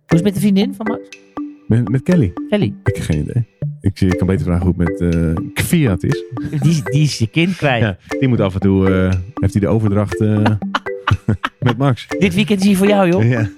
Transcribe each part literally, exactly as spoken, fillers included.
Hoe is het met de vriendin van Max? Met, met Kelly? Kelly. Ik heb geen idee. Ik, ik kan beter vragen hoe het met uh, Kviat is. Die, die is je kind kwijt. Ja, die moet af en toe... Uh, heeft hij de overdracht uh, met Max. Dit weekend is hij voor jou, joh. Ja.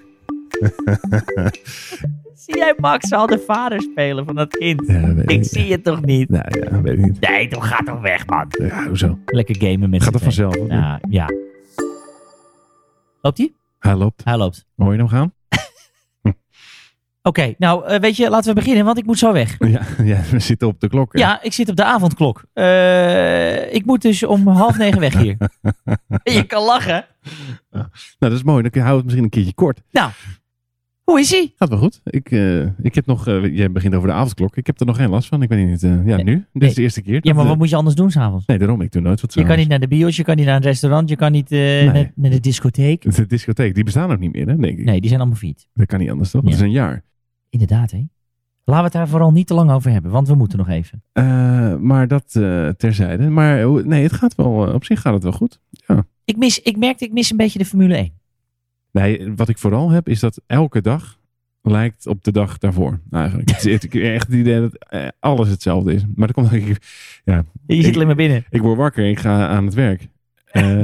Zie jij Max al de vader spelen van dat kind? Ja, ik ik zie het toch niet? Nou ja, weet ik niet. Nee, toch gaat toch weg, man. Ja, hoezo? Lekker gamen met Gaat dat vanzelf? Ja, ja. Loopt hij? Hij loopt. Hij loopt. Hoor je hem gaan? Oké, okay, nou uh, weet je, laten we beginnen, want ik moet zo weg. Ja, ja we zitten op de klok. Hè? Ja, ik zit op de avondklok. Uh, ik moet dus om half negen weg hier. Je kan lachen. Nou, dat is mooi. Dan houden we het misschien een keertje kort. Nou, hoe is ie? Gaat wel goed. Ik, uh, ik heb nog, uh, jij begint over de avondklok. Ik heb er nog geen last van. Ik weet niet, uh, ja nu. Dit nee. is de eerste keer. Ja, maar dat, wat moet je anders doen s'avonds? Nee, daarom. Ik doe nooit wat Je kan niet naar de bios, je kan niet naar een restaurant, je kan niet uh, nee. naar, naar de discotheek. De discotheek, die bestaan ook niet meer, hè, denk ik. Nee, die zijn allemaal failliet. Dat kan niet anders, toch? Ja. Het is een jaar. Inderdaad, hè. Laten we het daar vooral niet te lang over hebben, want we moeten nog even. Uh, maar dat uh, terzijde. Maar nee, het gaat wel, uh, op zich gaat het wel goed. Ja. Ik, mis, ik merkte, ik mis een beetje de Formule één. Nee, wat ik vooral heb, is dat elke dag lijkt op de dag daarvoor. Eigenlijk. Het is echt het idee dat alles hetzelfde is. Maar dat komt denk ik... Ja, je ik, zit alleen maar binnen. Ik word wakker, ik ga aan het werk. Uh,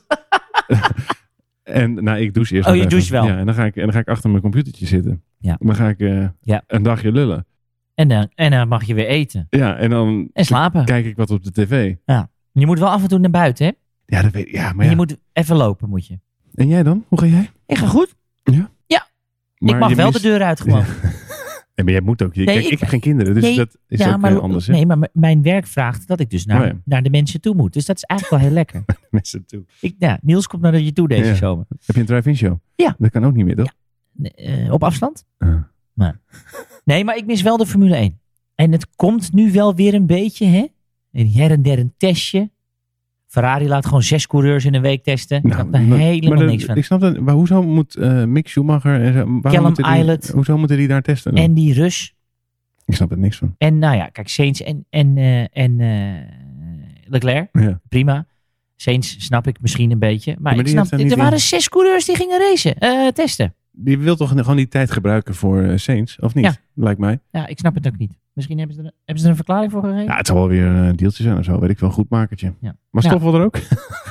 en nou, ik douche eerst. Oh, je douche wel. Ja, en dan ga ik, en dan ga ik achter mijn computertje zitten. Ja. Dan ga ik uh, ja. een dagje lullen. En dan, en dan mag je weer eten. Ja, en dan en slapen. Kijk ik wat op de tv. Ja. Je moet wel af en toe naar buiten, hè? Ja, dat weet ik. Ja, maar en ja. je moet even lopen, moet je. En jij dan? Hoe ga jij? Ik ga goed. Ja? Ja. Maar ik mag wel mist... de deur uit gewoon. Ja. Ja, maar jij moet ook. Nee, Kijk, ik, ik heb geen kinderen, dus nee, dat is ja, ook maar, anders. Hè? Nee, maar m- mijn werk vraagt dat ik dus naar, oh, ja. naar de mensen toe moet. Dus dat is eigenlijk wel heel lekker. mensen toe. Ik, ja, Niels komt naar je toe deze ja. zomer. Heb je een drive-in show? Ja. Dat kan ook niet meer, toch? Ja. Uh, op afstand? Uh. Maar. Nee, maar ik mis wel de Formule één. En het komt nu wel weer een beetje, hè? En her en der een testje. Ferrari laat gewoon zes coureurs in een week testen. Nou, ik snap er maar, helemaal maar niks de, van. Ik snap dat, maar hoezo moet uh, Mick Schumacher en Callum Ilott. Hoezo moeten die daar testen dan? En die Rus. Ik snap er niks van. En nou ja, kijk, Sainz en, en, uh, en uh, Leclerc. Ja. Prima. Sainz snap ik misschien een beetje. Maar, ja, maar ik snap, er die... waren zes coureurs die gingen racen, uh, testen. Die wil toch gewoon die tijd gebruiken voor uh, Sainz, of niet? Ja. Lijkt mij. Ja, ik snap het ook niet. Misschien hebben ze er, hebben ze er een verklaring voor gegeven? Ja, het zal wel weer een deeltje zijn of zo. Weet ik wel, een goed makertje. Ja. Maar Stoffel ja. er ook?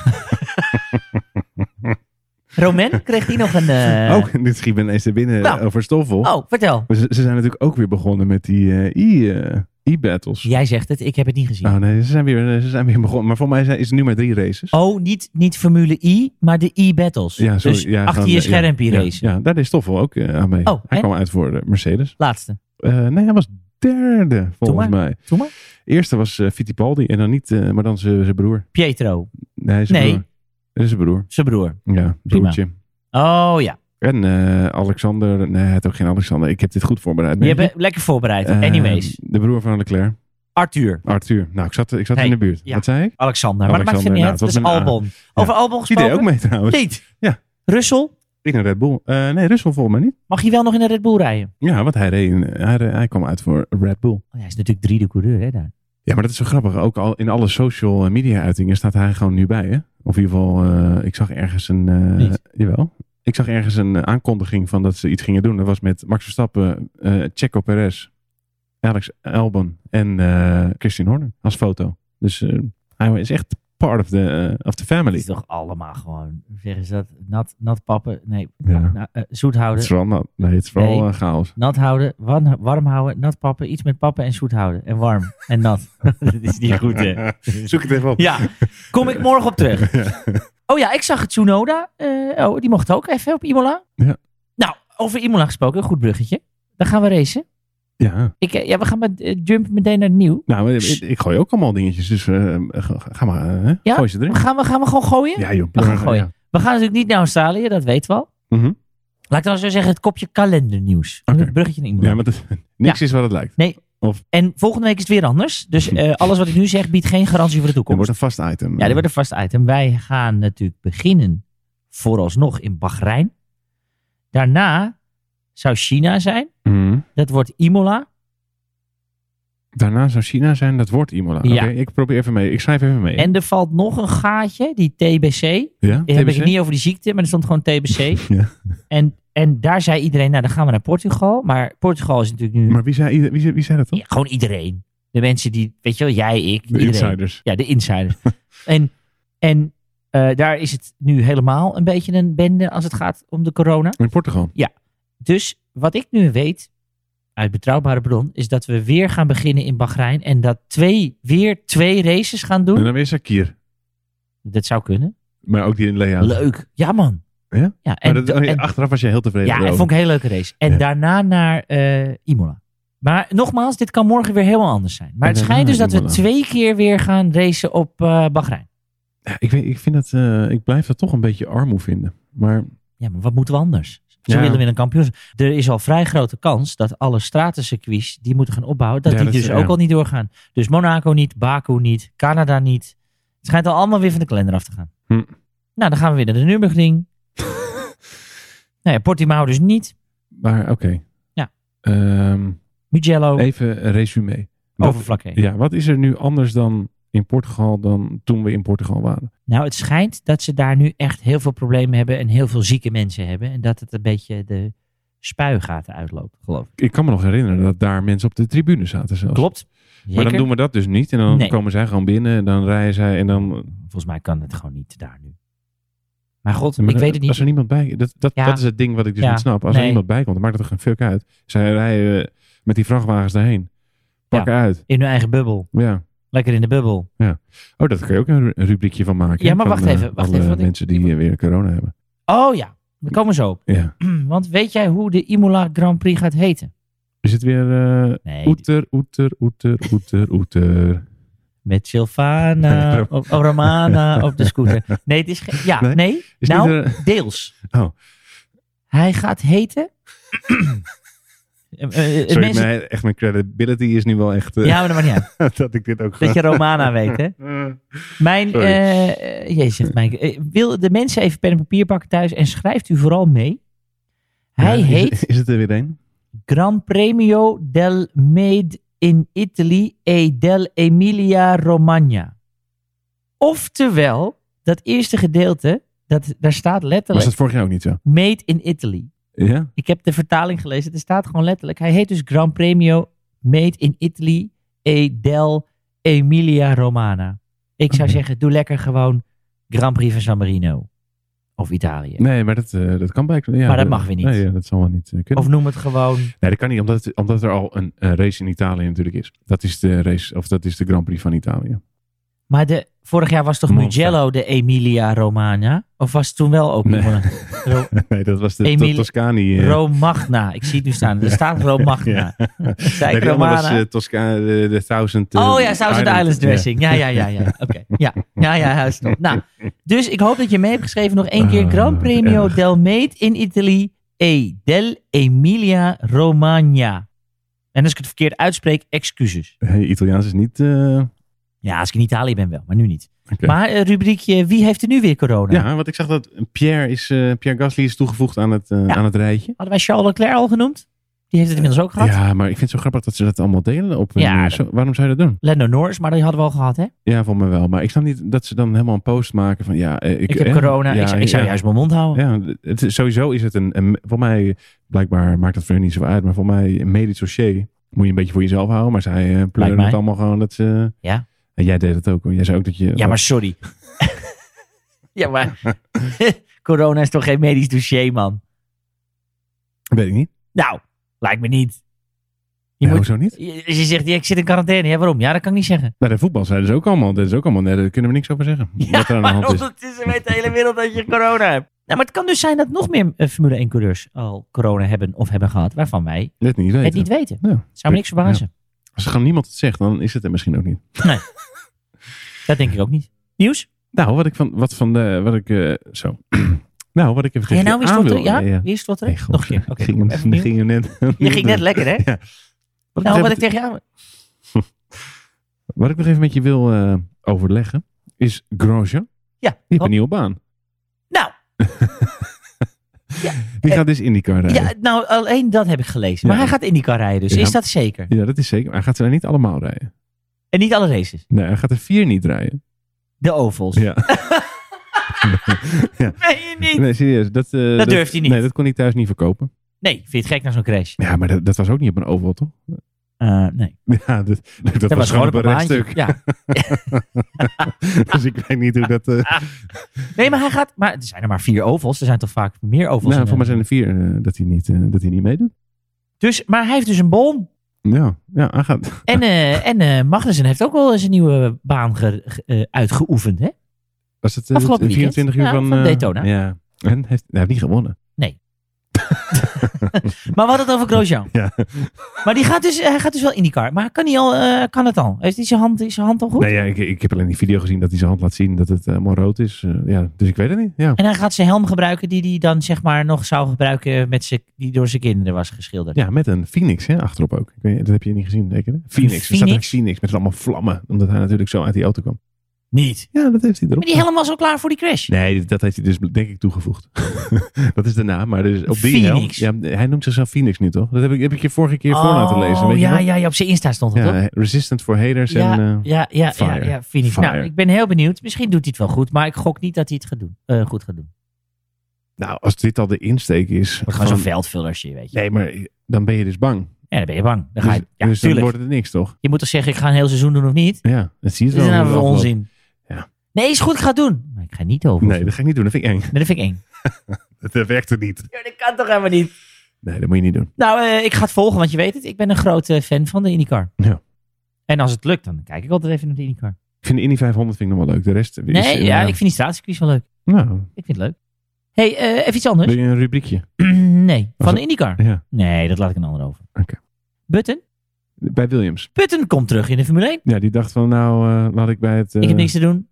Romain, kreeg die nog een... Uh... Oh, dit schiet me ineens er binnen nou. over Stoffel. Oh, vertel. Ze, ze zijn natuurlijk ook weer begonnen met die uh, e, uh, e-battles. Jij zegt het, ik heb het niet gezien. Oh nee, ze zijn weer, ze zijn weer begonnen. Maar voor mij zijn, is het nu maar drie races. Oh, niet, niet Formule E, maar de e-battles. Ja, sorry, dus ja, achter gaan, je schermpje ja, racen. Ja, ja, daar is Stoffel ook uh, aan mee. Oh, hij en? kwam uit voor de Mercedes. Laatste. Uh, nee, hij was derde, volgens Doe mij. Doe maar. Eerste was uh, Fittipaldi en dan niet, uh, maar dan zijn broer. Pietro. Nee, zijn nee. broer. Dat is zijn broer. Zijn broer. Ja, broertje. Oh ja. En uh, Alexander, nee, hij had ook geen Alexander. Ik heb dit goed voorbereid. Je hebt lekker voorbereid. Uh, Anyways. De broer van Leclerc. Arthur. Arthur. Nou, ik zat, ik zat hey, in de buurt. Ja. Wat zei ik? Alexander. Alexander. Maar dat maakt het niet uit. Dat is Albon. Ja. Over Albon gesproken. Die deed ook mee trouwens. Niet. Ja. Russell. Ik naar Red Bull. Uh, nee, Russell volgens mij niet. Mag je wel nog in de Red Bull rijden? Ja, want hij, reed in, hij, hij kwam uit voor Red Bull. Oh, hij is natuurlijk drie de coureur, hè, daar. Ja, maar dat is zo grappig. Ook al in alle social media uitingen staat hij gewoon nu bij, hè? Of in ieder geval, uh, ik zag ergens een... Uh, jawel. Ik zag ergens een aankondiging van dat ze iets gingen doen. Dat was met Max Verstappen, uh, Checo Perez, Alex Albon en uh, Christian Horner als foto. Dus uh, hij is echt part of the, uh, of the family. Het is toch allemaal gewoon, zeggen ze dat, nat, nat pappen, nee, ja. na, uh, zoet houden. Het is vooral nat, nee, het is vooral nee, uh, chaos. Nat houden, warm, warm houden, nat pappen, iets met pappen en zoet houden. En warm en nat. Dat is niet goed, hè. Zoek het even op. Ja, kom ik morgen op terug. Ja. Oh ja, ik zag het Tsunoda. Uh, oh, die mocht ook even op Imola. Ja. Nou, over Imola gesproken, een goed bruggetje. Dan gaan we racen. Ja. Ik, ja, we gaan met uh, jump meteen naar het nieuw. Nou, ik, ik gooi ook allemaal dingetjes, dus uh, ga maar, uh, ja? gooi ze erin. Gaan we, gaan we gewoon gooien? Ja joh. We gaan gooien. Ja. We gaan natuurlijk niet naar Australië, dat weten we al. Mm-hmm. Laat ik dan zo zeggen, het kopje kalendernieuws. Okay. Het bruggetje naar Imola. Ja, maar dat, niks ja. is wat het lijkt. Nee. Of... En volgende week is het weer anders. Dus uh, alles wat ik nu zeg biedt geen garantie voor de toekomst. Dat wordt een vast item. Ja, dat wordt een vast item. Wij gaan natuurlijk beginnen vooralsnog in Bahrein. Daarna zou China zijn. Mm. Dat wordt Imola. Daarna zou China zijn, dat wordt Imola. Ja. Oké, okay, ik probeer even mee. Ik schrijf even mee. En er valt nog een gaatje, die T B C. Ja, die heb ik het niet over die ziekte, maar er stond gewoon T B C. ja. En en daar zei iedereen, nou dan gaan we naar Portugal. Maar Portugal is natuurlijk nu... Maar wie zei, wie, wie, wie zei dat dan? Ja, gewoon iedereen. De mensen die, weet je wel, jij, ik, De iedereen. insiders. Ja, de insiders. en en uh, daar is het nu helemaal een beetje een bende als het gaat om de corona. In Portugal? Ja. Dus wat ik nu weet, uit betrouwbare bron, is dat we weer gaan beginnen in Bahrein. En dat twee, weer twee races gaan doen. En dan weer Sakir. Dat zou kunnen. Maar ook die in Lea. Leuk. Ja, man. Ja? Ja, en, maar dat, en, achteraf was je heel tevreden Ja, over. dat vond ik een hele leuke race. En ja. daarna naar uh, Imola. Maar nogmaals, dit kan morgen weer helemaal anders zijn. Maar het schijnt dus dat we twee keer weer gaan racen op uh, Bahrein. Ja, ik, weet, ik, vind dat, uh, ik blijf dat toch een beetje armoe vinden. Maar... Ja, maar wat moeten we anders? Zo ja. willen we een kampioen. Er is al vrij grote kans dat alle stratencircuits die moeten gaan opbouwen, dat ja, die dat dus is, ook ja. al niet doorgaan. Dus Monaco niet, Baku niet, Canada niet. Het schijnt al allemaal weer van de kalender af te gaan. Hm. Nou, dan gaan we weer naar de Nürburgring. nou ja, Portimao dus niet. Maar oké. Okay. Ja. Um, Mugello. Even een resume. Over vlak één. Ja, wat is er nu anders dan in Portugal dan toen we in Portugal waren? Nou, het schijnt dat ze daar nu echt heel veel problemen hebben en heel veel zieke mensen hebben. En dat het een beetje de spuigaten uitloopt, geloof ik. Ik kan me nog herinneren dat daar mensen op de tribune zaten zelfs. Klopt. Zeker. Maar dan doen we dat dus niet. En dan nee. komen zij gewoon binnen en dan rijden zij en dan... Volgens mij kan het gewoon niet daar nu. Maar god, maar ik dat, weet het niet. Als er niemand bij... Dat, dat, ja. dat is het ding wat ik dus ja. niet snap. Als nee. er niemand bij komt, dan maakt het toch geen fuck uit. Zij rijden uh, met die vrachtwagens daarheen. Pakken ja. uit. In hun eigen bubbel. Ja. Lekker in de bubbel. Ja. Oh, daar kun je ook een rubriekje van maken. Ja, maar van, wacht even. Wacht alle even wat mensen ik... die uh, weer corona hebben. Oh ja, we komen zo op. Ja. Want weet jij hoe de Imola Grand Prix gaat heten? Is het weer uh, nee, Oeter, Oeter, Oeter, Oeter, Oeter. Met Silvana, of, of Romana op de scooter. Nee, het is geen... Ja, nee? nee? Nou, er... deels. Oh. Hij gaat heten... uh, Sorry, mensen... mijn, echt mijn credibility is nu wel echt... Uh, ja, maar dat maakt niet uit. dat ik dit ook ga... Dat je Romana weet, hè? Mijn... Uh, jezus, mijn uh, wil de mensen even pen en papier pakken thuis en schrijft u vooral mee. Hij ja, heet... Is, is het er weer een? Gran Premio del Made in Italy e del Emilia Romagna. Oftewel, dat eerste gedeelte, dat, daar staat letterlijk... Was dat vorig jaar ook niet zo? Made in Italy. Ja? Ik heb de vertaling gelezen. Er staat gewoon letterlijk. Hij heet dus Gran Premio Made in Italy e del Emilia Romagna. Ik zou okay. zeggen, doe lekker gewoon Grand Prix van San Marino. Of Italië. Nee, maar dat, uh, dat kan bij. Ja, maar dat mag weer niet. Nee, ja, dat zal wel niet uh, kunnen. Of noem het gewoon... Nee, dat kan niet, omdat, het, omdat er al een, een race in Italië natuurlijk is. Dat is de race, of dat is de Grand Prix van Italië. Maar de, vorig jaar was toch Monster. Mugello de Emilia Romagna? Of was het toen wel ook? Nee, Ro- nee dat was de Emil- Toscani. Uh... Romagna. Ik zie het nu staan. Er staat Romagna. ja. Nee, die andere was uh, Toscani, de, de Thousand uh, Oh ja, Thousand Islands, Islands dressing. Ja, ja, ja. ja, ja. Oké. Okay. Ja, ja, ja. Huis nou, dus ik hoop dat je mee hebt geschreven nog één keer. Uh, Gran Premio uh. del Made in Italy e del Emilia Romagna. En als ik het verkeerd uitspreek, excuses. Hey, Italiaans is niet... Uh... Ja, als ik in Italië ben wel, maar nu niet. Okay. Maar uh, rubriekje, wie heeft er nu weer corona? Ja, want ik zag dat Pierre, is, uh, Pierre Gasly is toegevoegd aan het, uh, ja. aan het rijtje. Hadden wij Charles Leclerc al genoemd? Die heeft het inmiddels ook gehad. Ja, maar ik vind het zo grappig dat ze dat allemaal delen. Op ja, een, zo, waarom zou je dat doen? Lando Norris, maar die hadden we al gehad, hè? Ja, voor me wel. Maar ik snap niet dat ze dan helemaal een post maken van... ja, ik, ik heb eh, corona, ja, ik, zou, ik zou ja, juist mijn mond houden. Ja, het, sowieso is het een, een... Voor mij, blijkbaar maakt dat voor hun niet zo uit... maar voor mij, een medisch dossier moet je een beetje voor jezelf houden. Maar zij uh, pleuren het allemaal gewoon dat ze... Ja. En jij deed het ook hoor. Jij zei ook dat je... Ja, maar sorry. ja, maar... corona is toch geen medisch dossier, man? Weet ik niet. Nou, lijkt me niet. Je ja, moet, hoezo niet? Je, je zegt, ja, ik zit in quarantaine. Ja, waarom? Ja, dat kan ik niet zeggen. Bij de voetbal zeiden ze ook allemaal. Dat is ook allemaal. Nee, daar kunnen we niks over zeggen. Ja, wat er aan de hand is. Ondertussen weet de hele wereld dat je corona hebt. Nou, maar het kan dus zijn dat nog meer uh, Formule één coureurs al corona hebben of hebben gehad. Waarvan wij het niet weten. Het niet weten. Ja. Zou me niks verbazen. Ja. Als er gewoon niemand het zegt, dan is het er misschien ook niet. Nee. Dat denk ik ook niet. Nieuws? Nou, wat ik van, wat van de, wat ik, uh, zo. nou, wat ik even tegen ja, nou, je aan wil. Ja, ja. Wie is het nee, nog een keer. Okay, ging, hem, ging hem net. Je ging net lekker, hè? Ja. Wat nou, wat ik tegen jou... wat ik nog even met je wil uh, overleggen, is Grosjean. Ja. Die heeft een nieuwe baan. Nou. Ja, die gaat dus IndyCar rijden. Ja, nou, alleen dat heb ik gelezen. Maar ja. Hij gaat IndyCar rijden, dus ja. Is dat zeker? Ja, dat is zeker. Maar hij gaat ze er niet allemaal rijden. En niet alle races? Nee, hij gaat er vier niet rijden. De ovals. Ja. ja. Nee, je niet. Nee, serieus. Dat, uh, dat, dat durft hij niet. Nee, dat kon ik thuis niet verkopen. Nee, vind je het gek naar zo'n crash? Ja, maar dat, dat was ook niet op een oval, toch? Uh, nee. Ja, dat, dat, dat was, was gewoon op op een rechtstuk. Ja. Dus ik weet niet hoe dat... Uh... Nee, maar hij gaat... Maar er zijn er maar vier ovals. Er zijn toch vaak meer ovals? Nou, voor mij zijn er vier uh, dat, hij niet, uh, dat hij niet meedoet. Dus, maar hij heeft dus een bon. Ja, ja, hij gaat. En, uh, en uh, Magnussen heeft ook wel eens een nieuwe baan ge, uh, uitgeoefend, hè? Was het uh, vierentwintig uur ja, van, van uh, Daytona? Ja. En heeft, hij heeft niet gewonnen. Nee. Maar we hadden het over Grosjean. Ja. Maar die gaat dus, hij gaat dus wel in die car. Maar kan, hij al, uh, kan het al? Heeft hij zijn hand, is zijn hand al goed? Nee, ja, ik, ik heb alleen die video gezien dat hij zijn hand laat zien dat het helemaal uh, rood is. Uh, ja, dus ik weet het niet. Ja. En hij gaat zijn helm gebruiken die hij dan zeg maar nog zou gebruiken met zijn, die door zijn kinderen was geschilderd. Ja, met een Phoenix hè, achterop ook. Ik weet, dat heb je niet gezien, zeker? Hè? Phoenix. Er staat een Phoenix met allemaal vlammen. Omdat hij natuurlijk zo uit die auto kwam. Niet? Ja, dat heeft hij erop. Maar die helm was al klaar voor die crash. Nee, dat heeft hij dus denk ik toegevoegd. Dat is de naam. Maar dus op die Phoenix. helm. Ja, hij noemt zichzelf Phoenix nu toch? Dat heb ik, heb ik je vorige keer oh, voor laten lezen. Weet ja, je wel? ja, ja, op zijn Insta stond het ja, toch? Resistant for haters ja, en uh, ja, ja, fire. ja, ja, Phoenix. Fire. Nou, ik ben heel benieuwd. Misschien doet hij het wel goed. Maar ik gok niet dat hij het gaat doen, uh, goed gaat doen. Nou, als dit al de insteek is. Wordt gewoon zo'n veldvullersje, weet je. Nee, maar dan ben je dus bang. Ja, dan ben je bang. Dan ga je, dus ja, dus dan tuurlijk. wordt het niks, toch? Je moet toch zeggen, ik ga een heel seizoen doen of niet? Ja, dat zie je Dat wel. is nou voor onzin. Ja. Nee, is goed, ik ga het doen. Maar ik ga niet over. Nee, dat ga ik niet doen. Dat vind ik eng. Nee, dat vind ik eng. Dat werkt er niet. Ja, dat kan toch helemaal niet? Nee, dat moet je niet doen. Nou, uh, ik ga het volgen, want je weet het. Ik ben een grote fan van de IndyCar. Ja. En als het lukt, dan kijk ik altijd even naar de IndyCar. Ik vind de Indy vijfhonderd vind ik nog wel leuk. De rest is... Nee, uh, ja, ik vind die straatcircuits wel leuk. Nou. Ik vind het leuk. hey, uh, even iets anders. Wil je een rubriekje? Nee, van het... de IndyCar. Ja. Nee, dat laat ik een ander over. Oké. Okay. Button? Bij Williams. Button komt terug in de Formule één. Ja, die dacht van nou, uh, laat ik bij het... Uh... Ik heb niks te doen.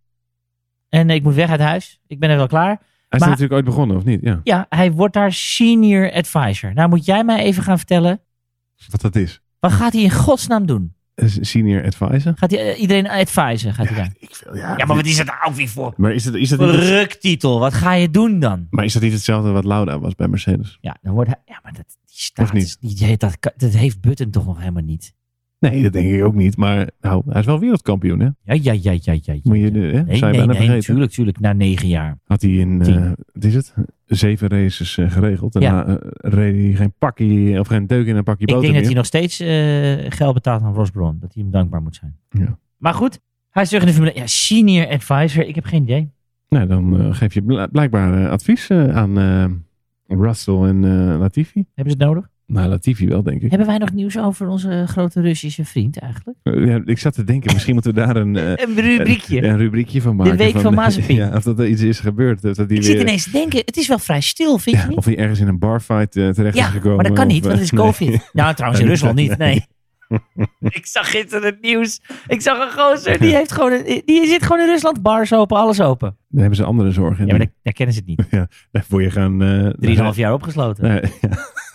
En ik moet weg uit huis. Ik ben er wel klaar. Hij is maar, natuurlijk ooit begonnen, of niet? Ja. ja, hij wordt daar senior advisor. Nou moet jij mij even gaan vertellen. Wat dat is. Wat gaat hij in godsnaam doen? Senior advisor? Gaat hij uh, iedereen advisen? Gaat ja, hij daar? Ik wil, ja, ja, maar wat is het nou ook weer voor? Maar is het, is dat voor niet een ruktitel. Wat ga je doen dan? Maar is dat niet hetzelfde wat Lauda was bij Mercedes? Ja, dan wordt hij... Ja, maar dat, die status, die, dat, dat heeft Button toch nog helemaal niet. Nee, dat denk ik ook niet. Maar nou, hij is wel wereldkampioen, hè? Ja, ja, ja, ja, ja. ja. Moet je, hè? Nee, Zou je nee, bijna nee, tuurlijk, tuurlijk. Na negen jaar. Had hij in, uh, wat is het? Zeven races uh, geregeld. Daarna ja. uh, reed hij geen pakje, of geen deuk in een pakje boter Ik denk meer. dat hij nog steeds uh, geld betaalt aan Ross Brawn. Dat hij hem dankbaar moet zijn. Ja. Maar goed, hij is terug in de Formule. Ja, senior advisor. Ik heb geen idee. Nou, dan uh, geef je blijkbaar uh, advies uh, aan uh, Russell en uh, Latifi. Hebben ze het nodig? Nou, Latifi wel, denk ik. Hebben wij nog nieuws over onze grote Russische vriend eigenlijk? Uh, ja, ik zat te denken, misschien moeten we daar een... Uh, een rubriekje. Een, een rubriekje van maken. De week van, van Mazepin. Ja, of dat er iets is gebeurd. Dat die ik weer, zit ineens te denken, het is wel vrij stil, vind ja, je niet? Of hij ergens in een barfight uh, terecht ja, is gekomen. maar dat kan of, niet, want het is COVID. Nee. Nou, trouwens in Rusland niet, nee. Ik zag gisteren het nieuws. Ik zag een gozer, die, heeft gewoon een, die zit gewoon in Rusland. Bars open, alles open. Dan hebben ze andere zorgen. Ja, maar daar, daar kennen ze het niet. Ja, daar word je gaan... Uh, Drieënhalf jaar opgesloten. Nee, ja.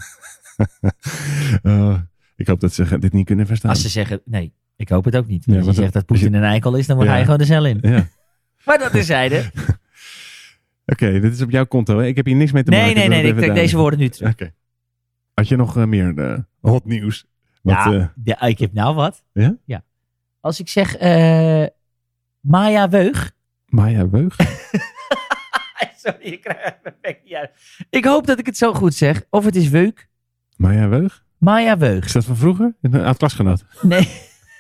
uh, ik hoop dat ze dit niet kunnen verstaan. Als ze zeggen, nee, ik hoop het ook niet. Ja, als je zegt dat Poetin een eikel is, dan wordt ja. hij gewoon de cel in. Ja. Maar dat is zijde. Oké, okay, dit is op jouw konto. Hè? Ik heb hier niks mee te nee, maken. Nee, nee, nee. Ik trek deze woorden nu terug. Oké. Okay. Had je nog uh, meer uh, hot nieuws? Wat, ja, uh... ja, ik heb nou wat. Ja? Ja. Als ik zeg uh, Maya Weug. Maya Weug? Sorry, ik krijg het perfect niet uit. Ik hoop dat ik het zo goed zeg. Of het is Weuk. Maya Weug? Maya Weug. Is dat van vroeger? Een oud klasgenoot? Nee.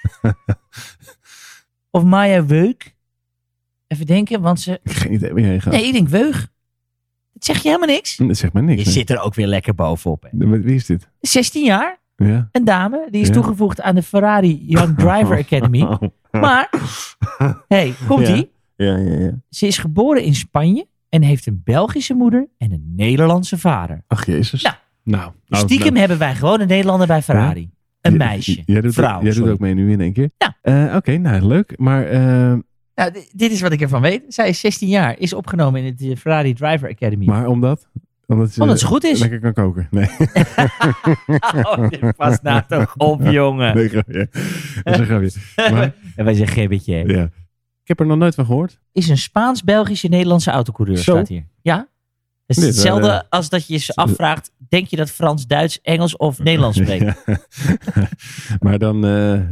Of Maya Weuk. Even denken, want ze... Geen idee waar je heen gaat. Nee, ik denk Weug. Dat zeg je helemaal niks. Dat zegt maar niks. Je nee. zit er ook weer lekker bovenop. Hè. Wie is dit? zestien jaar. Ja. Een dame. Die is ja. toegevoegd aan de Ferrari Young Driver Academy. Oh. Maar, hey, komt-ie? Ja. Ja, ja, ja. Ze is geboren in Spanje en heeft een Belgische moeder en een Nederlandse vader. Ach jezus. Nou, nou, stiekem nou. hebben wij gewoon een Nederlander bij Ferrari. Ja? Een meisje. Jij doet, vrouw. Jij doet ook mee nu in één keer? Ja. Uh, Oké, okay, nou leuk. Maar... Uh... Nou, d- dit is wat ik ervan weet. Zij is zestien jaar, is opgenomen in het Ferrari Driver Academy. Maar omdat? Omdat ze, omdat ze goed is. Lekker kan koken. Nee. Oh, dit past nou toch op, jongen. Nee, grapje. Dat is een grapje. Maar, en wij zijn gibbetje. Ja. Ik heb er nog nooit van gehoord. Is een Spaans-Belgische Nederlandse autocoureur, Zo? staat hier. Ja? Het is Dit, hetzelfde uh, als dat je je afvraagt, denk je dat Frans, Duits, Engels of Nederlands spreekt? Ja. Maar dan, uh,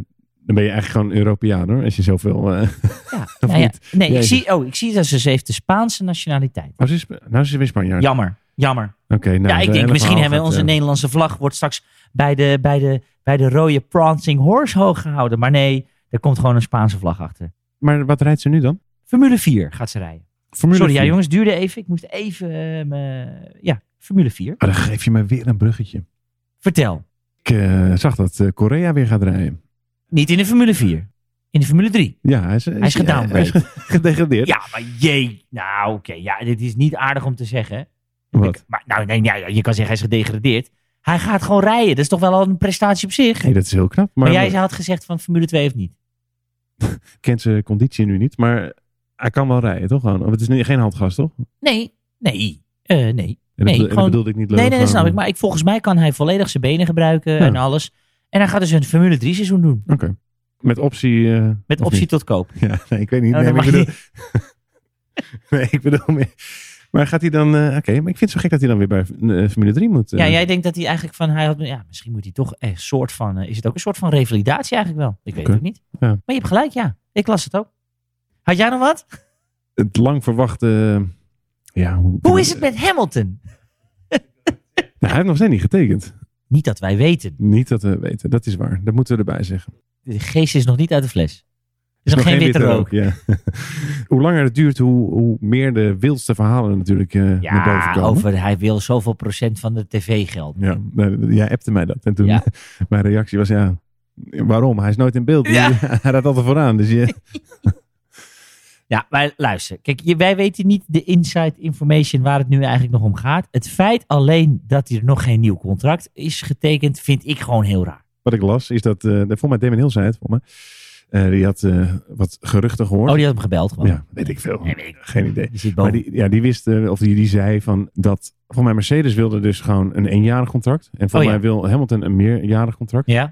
Dan ben je eigenlijk gewoon Europeaan hoor. Als je zoveel... Uh, ja, nou ja, nee, ik zie, oh, ik zie dat ze, ze heeft de Spaanse nationaliteit. Oh, ze is, nou, ze is weer Spanjaard. Jammer, jammer. Okay, nou, ja, ik denk misschien hebben we onze uh, Nederlandse vlag wordt straks bij de, bij, de, bij de rode Prancing Horse hoog gehouden. Maar nee, er komt gewoon een Spaanse vlag achter. Maar wat rijdt ze nu dan? Formule vier gaat ze rijden. Formule Sorry, vier. ja jongens, duurde even. Ik moest even... Uh, me, ja, Formule vier. Oh, dan geef je me weer een bruggetje. Vertel. Ik uh, zag dat uh, Korea weer gaat rijden. Niet in de Formule vier. In de Formule drie. Ja, hij is, hij is gedowngrade. Hij is gedegradeerd. Ja, maar jee. Nou, oké. Okay, ja, dit is niet aardig om te zeggen. Wat? Ik, maar, nou, nee, ja, je kan zeggen hij is gedegradeerd. Hij gaat gewoon rijden. Dat is toch wel al een prestatie op zich. Nee, dat is heel knap. Maar, maar jij had gezegd van Formule twee of niet? Kent zijn conditie nu niet, maar hij kan wel rijden, toch? Of het is niet, geen handgas, toch? Nee, nee, uh, nee. En nee, dat, gewoon, dat bedoelde ik niet leuk. Nee, nee, dat snap ik. Maar ik, volgens mij kan hij volledig zijn benen gebruiken ja. en alles. En hij gaat dus een Formule drie seizoen doen. Oké. Okay. Met optie... Uh, Met optie niet? tot koop. Ja, nee, ik weet niet. Oh, nee, maar ik bedoel... nee, ik bedoel meer... Maar gaat hij dan... Uh, Oké, okay, maar ik vind het zo gek dat hij dan weer bij uh, Formule drie moet. Uh... Ja, jij denkt dat hij eigenlijk van... Hij had, ja, misschien moet hij toch een soort van... Uh, is het ook een soort van revalidatie eigenlijk wel? Ik weet okay. het ook niet. Ja. Maar je hebt gelijk, ja. Ik las het ook. Had jij nog wat? Het lang verwachte... Uh, ja, hoe, hoe is het met Hamilton? nou, hij heeft nog steeds niet getekend. Niet dat wij weten. Niet dat we weten, dat is waar. Dat moeten we erbij zeggen. De geest is nog niet uit de fles. Er is nog, nog geen witte rook. rook ja. Hoe langer het duurt, hoe, hoe meer de wildste verhalen natuurlijk uh, ja, naar boven komen. Over hij wil zoveel procent van de tv-geld. Ja, jij appte mij dat. En toen ja. mijn reactie was ja, waarom? Hij is nooit in beeld. Ja. Hij rijdt altijd vooraan. Dus je... Ja, maar luister. Kijk, wij weten niet de inside information waar het nu eigenlijk nog om gaat. Het feit alleen dat er nog geen nieuw contract is getekend, vind ik gewoon heel raar. Wat ik las, is dat, uh, volgens mij Damon Hill zei het, volgens mij. Uh, die had uh, wat geruchten gehoord. Oh, die had hem gebeld gewoon. Ja, weet ik veel. Nee, weet ik. Geen idee. Die maar die, ja, die wist, uh, of die, die zei van dat, volgens mij Mercedes wilde dus gewoon een eenjarig contract. En volgens oh, ja. mij wil Hamilton een meerjarig contract. Ja.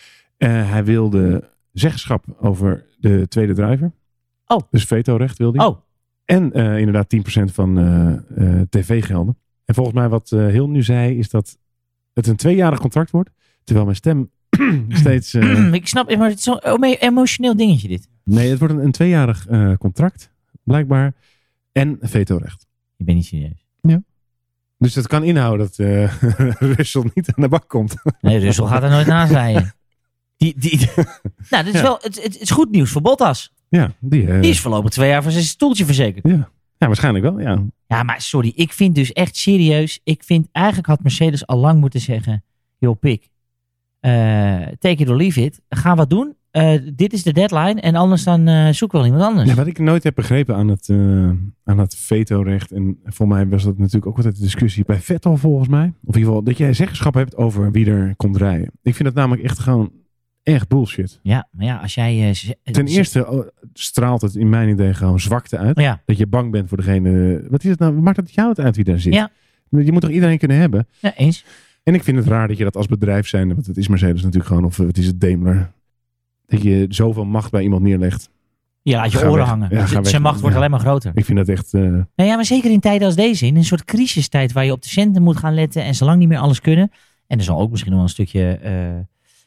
Uh, hij wilde zeggenschap over de tweede driver. Oh. Dus vetorecht wilde hij. Oh. En uh, inderdaad tien procent van uh, uh, tv-gelden. En volgens mij wat uh, Hill nu zei, is dat het een tweejarig contract wordt. Terwijl mijn stem steeds... Uh... ik snap, maar het is zo'n emotioneel dingetje dit. Nee, het wordt een, een tweejarig uh, contract, blijkbaar. En vetorecht. Je bent niet serieus. Ja. Dus dat kan inhouden dat uh, Russell niet aan de bak komt. Nee, Russell gaat er nooit naast rijden. Die, die, nou, dit is ja. wel, het, het is goed nieuws voor Bottas. Ja, die, uh... die is voorlopig twee jaar voor zijn stoeltje verzekerd. Ja. ja, waarschijnlijk wel, ja. Ja, maar sorry, ik vind dus echt serieus, ik vind eigenlijk had Mercedes al lang moeten zeggen, joh pik, uh, take it or leave it, ga wat doen, uh, dit is de deadline en anders dan uh, zoek wel iemand anders. Ja, wat ik nooit heb begrepen aan het, uh, aan het vetorecht, en voor mij was dat natuurlijk ook altijd de discussie bij Vettel volgens mij, of in ieder geval dat jij zeggenschap hebt over wie er komt rijden. Ik vind dat namelijk echt gewoon echt bullshit. Ja, maar ja, als jij... Uh, z- Ten eerste oh, straalt het in mijn idee gewoon zwakte uit. Ja. Dat je bang bent voor degene... Wat is het nou? Maakt het jou het uit wie daar zit? Ja. Je moet toch iedereen kunnen hebben? Ja, eens. En ik vind het raar dat je dat als bedrijf zijn... Want het is Mercedes natuurlijk gewoon... Of het is het Daimler. Dat je zoveel macht bij iemand neerlegt. Ja, laat je ga oren weg. hangen. Ja, zijn macht wordt ja. alleen maar groter. Ik vind dat echt... Uh... Nou ja, maar zeker in tijden als deze. In een soort crisistijd waar je op de centen moet gaan letten... en zolang niet meer alles kunnen. En er zal ook misschien nog wel een stukje... Uh,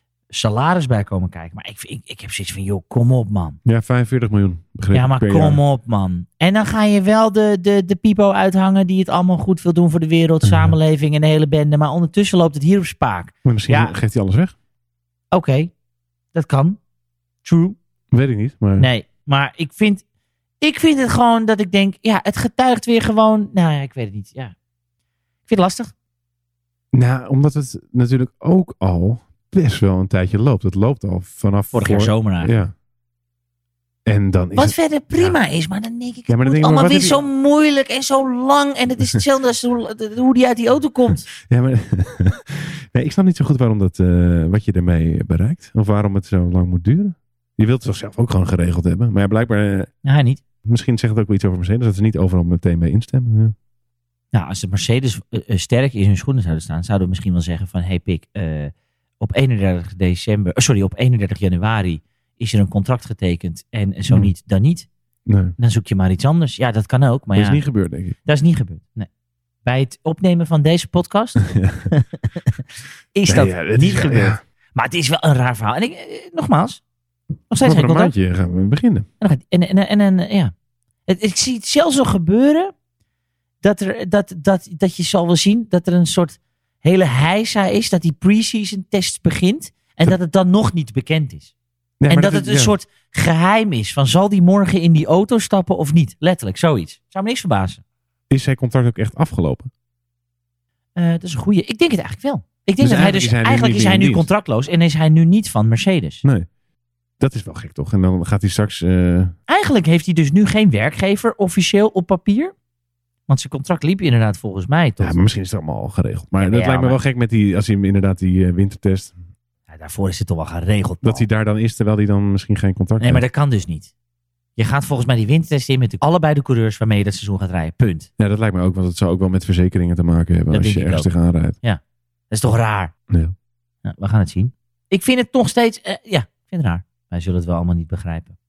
salaris bij komen kijken. Maar ik, ik, ik heb zoiets van, joh, kom op, man. Ja, vijfenveertig miljoen. Ja, maar kom jaar. op, man. En dan ga je wel de, de, de pipo uithangen die het allemaal goed wil doen voor de wereld, uh-huh. samenleving en de hele bende. Maar ondertussen loopt het hier op spaak. Maar misschien ja. geeft hij alles weg. Oké, okay, dat kan. True. Weet ik niet. Maar... Nee, maar ik vind, ik vind het gewoon dat ik denk, ja, het getuigt weer gewoon, nou ja, ik weet het niet. Ja. Ik vind het lastig. Nou, omdat het natuurlijk ook al best wel een tijdje loopt. Het loopt al vanaf... Vorig jaar voor... zomer eigenlijk. Ja. En dan is wat het... verder prima ja. is, maar dan denk ik... Ja, maar dan denk ik allemaal maar, weer je... zo moeilijk en zo lang. En het is hetzelfde als hoe, hoe die uit die auto komt. Ja, maar... nee, ik snap niet zo goed waarom dat... Uh, wat je ermee bereikt. Of waarom het zo lang moet duren. Je wilt het toch zelf ook gewoon geregeld hebben. Maar ja, blijkbaar... Uh, ja, hij niet. Misschien zegt het ook wel iets over Mercedes. Dat ze niet overal meteen mee instemmen. Ja. Nou, als de Mercedes uh, sterk in hun schoenen zouden staan... zouden we misschien wel zeggen van... Hey pik, uh, op eenendertig december... Oh, sorry, op eenendertig januari... is er een contract getekend. En zo hmm. niet, dan niet. Nee. Dan zoek je maar iets anders. Ja, dat kan ook. Maar dat ja, is niet gebeurd, denk ik. Dat is niet gebeurd, nee. Bij het opnemen van deze podcast... Ja. is dat nee, ja, niet is, gebeurd. Ja. Maar het is wel een raar verhaal. En ik, eh, nogmaals... Nog steeds geen Over een contact. maandje gaan we beginnen. En, dan gaat- en, en, en, en ja. Het, ik zie het zelfs nog gebeuren dat, er, dat, dat, dat je zal wel zien dat er een soort hele heisa is, dat die pre-season test begint en dat het dan nog niet bekend is. Nee, en maar dat het is- een ja. soort geheim is van zal die morgen in die auto stappen of niet. Letterlijk, zoiets. Zou me niks verbazen. Is zijn contract ook echt afgelopen? Uh, dat is een goeie. Ik denk het eigenlijk wel. Ik denk Dus dat hij dus eigenlijk is hij nu eigenlijk niet is hij meer nu in dienst. contractloos en is hij nu niet van Mercedes. Nee. Dat is wel gek toch? En dan gaat hij straks... eh, Eigenlijk heeft hij dus nu geen werkgever officieel op papier. Want zijn contract liep inderdaad volgens mij tot... Ja, maar misschien is het allemaal al geregeld. Maar Ja, dat ja, lijkt me maar- wel gek met die... Als hij hem inderdaad die eh, wintertest... Ja, daarvoor is het toch wel geregeld. Dat hij daar dan is, terwijl hij dan misschien geen contract Nee, maar heeft. dat kan dus niet. Je gaat volgens mij die wintertest in met de, allebei de coureurs waarmee je dat seizoen gaat rijden. Punt. Ja, dat lijkt me ook. Want het zou ook wel met verzekeringen te maken hebben. Dat als je denk ik ergens ook. tegenaan rijdt. Dat is toch raar? Nee. Nou, we gaan het zien. Ik vind het nog steeds... eh, ja, ik vind het raar. Wij zullen het wel allemaal niet begrijpen.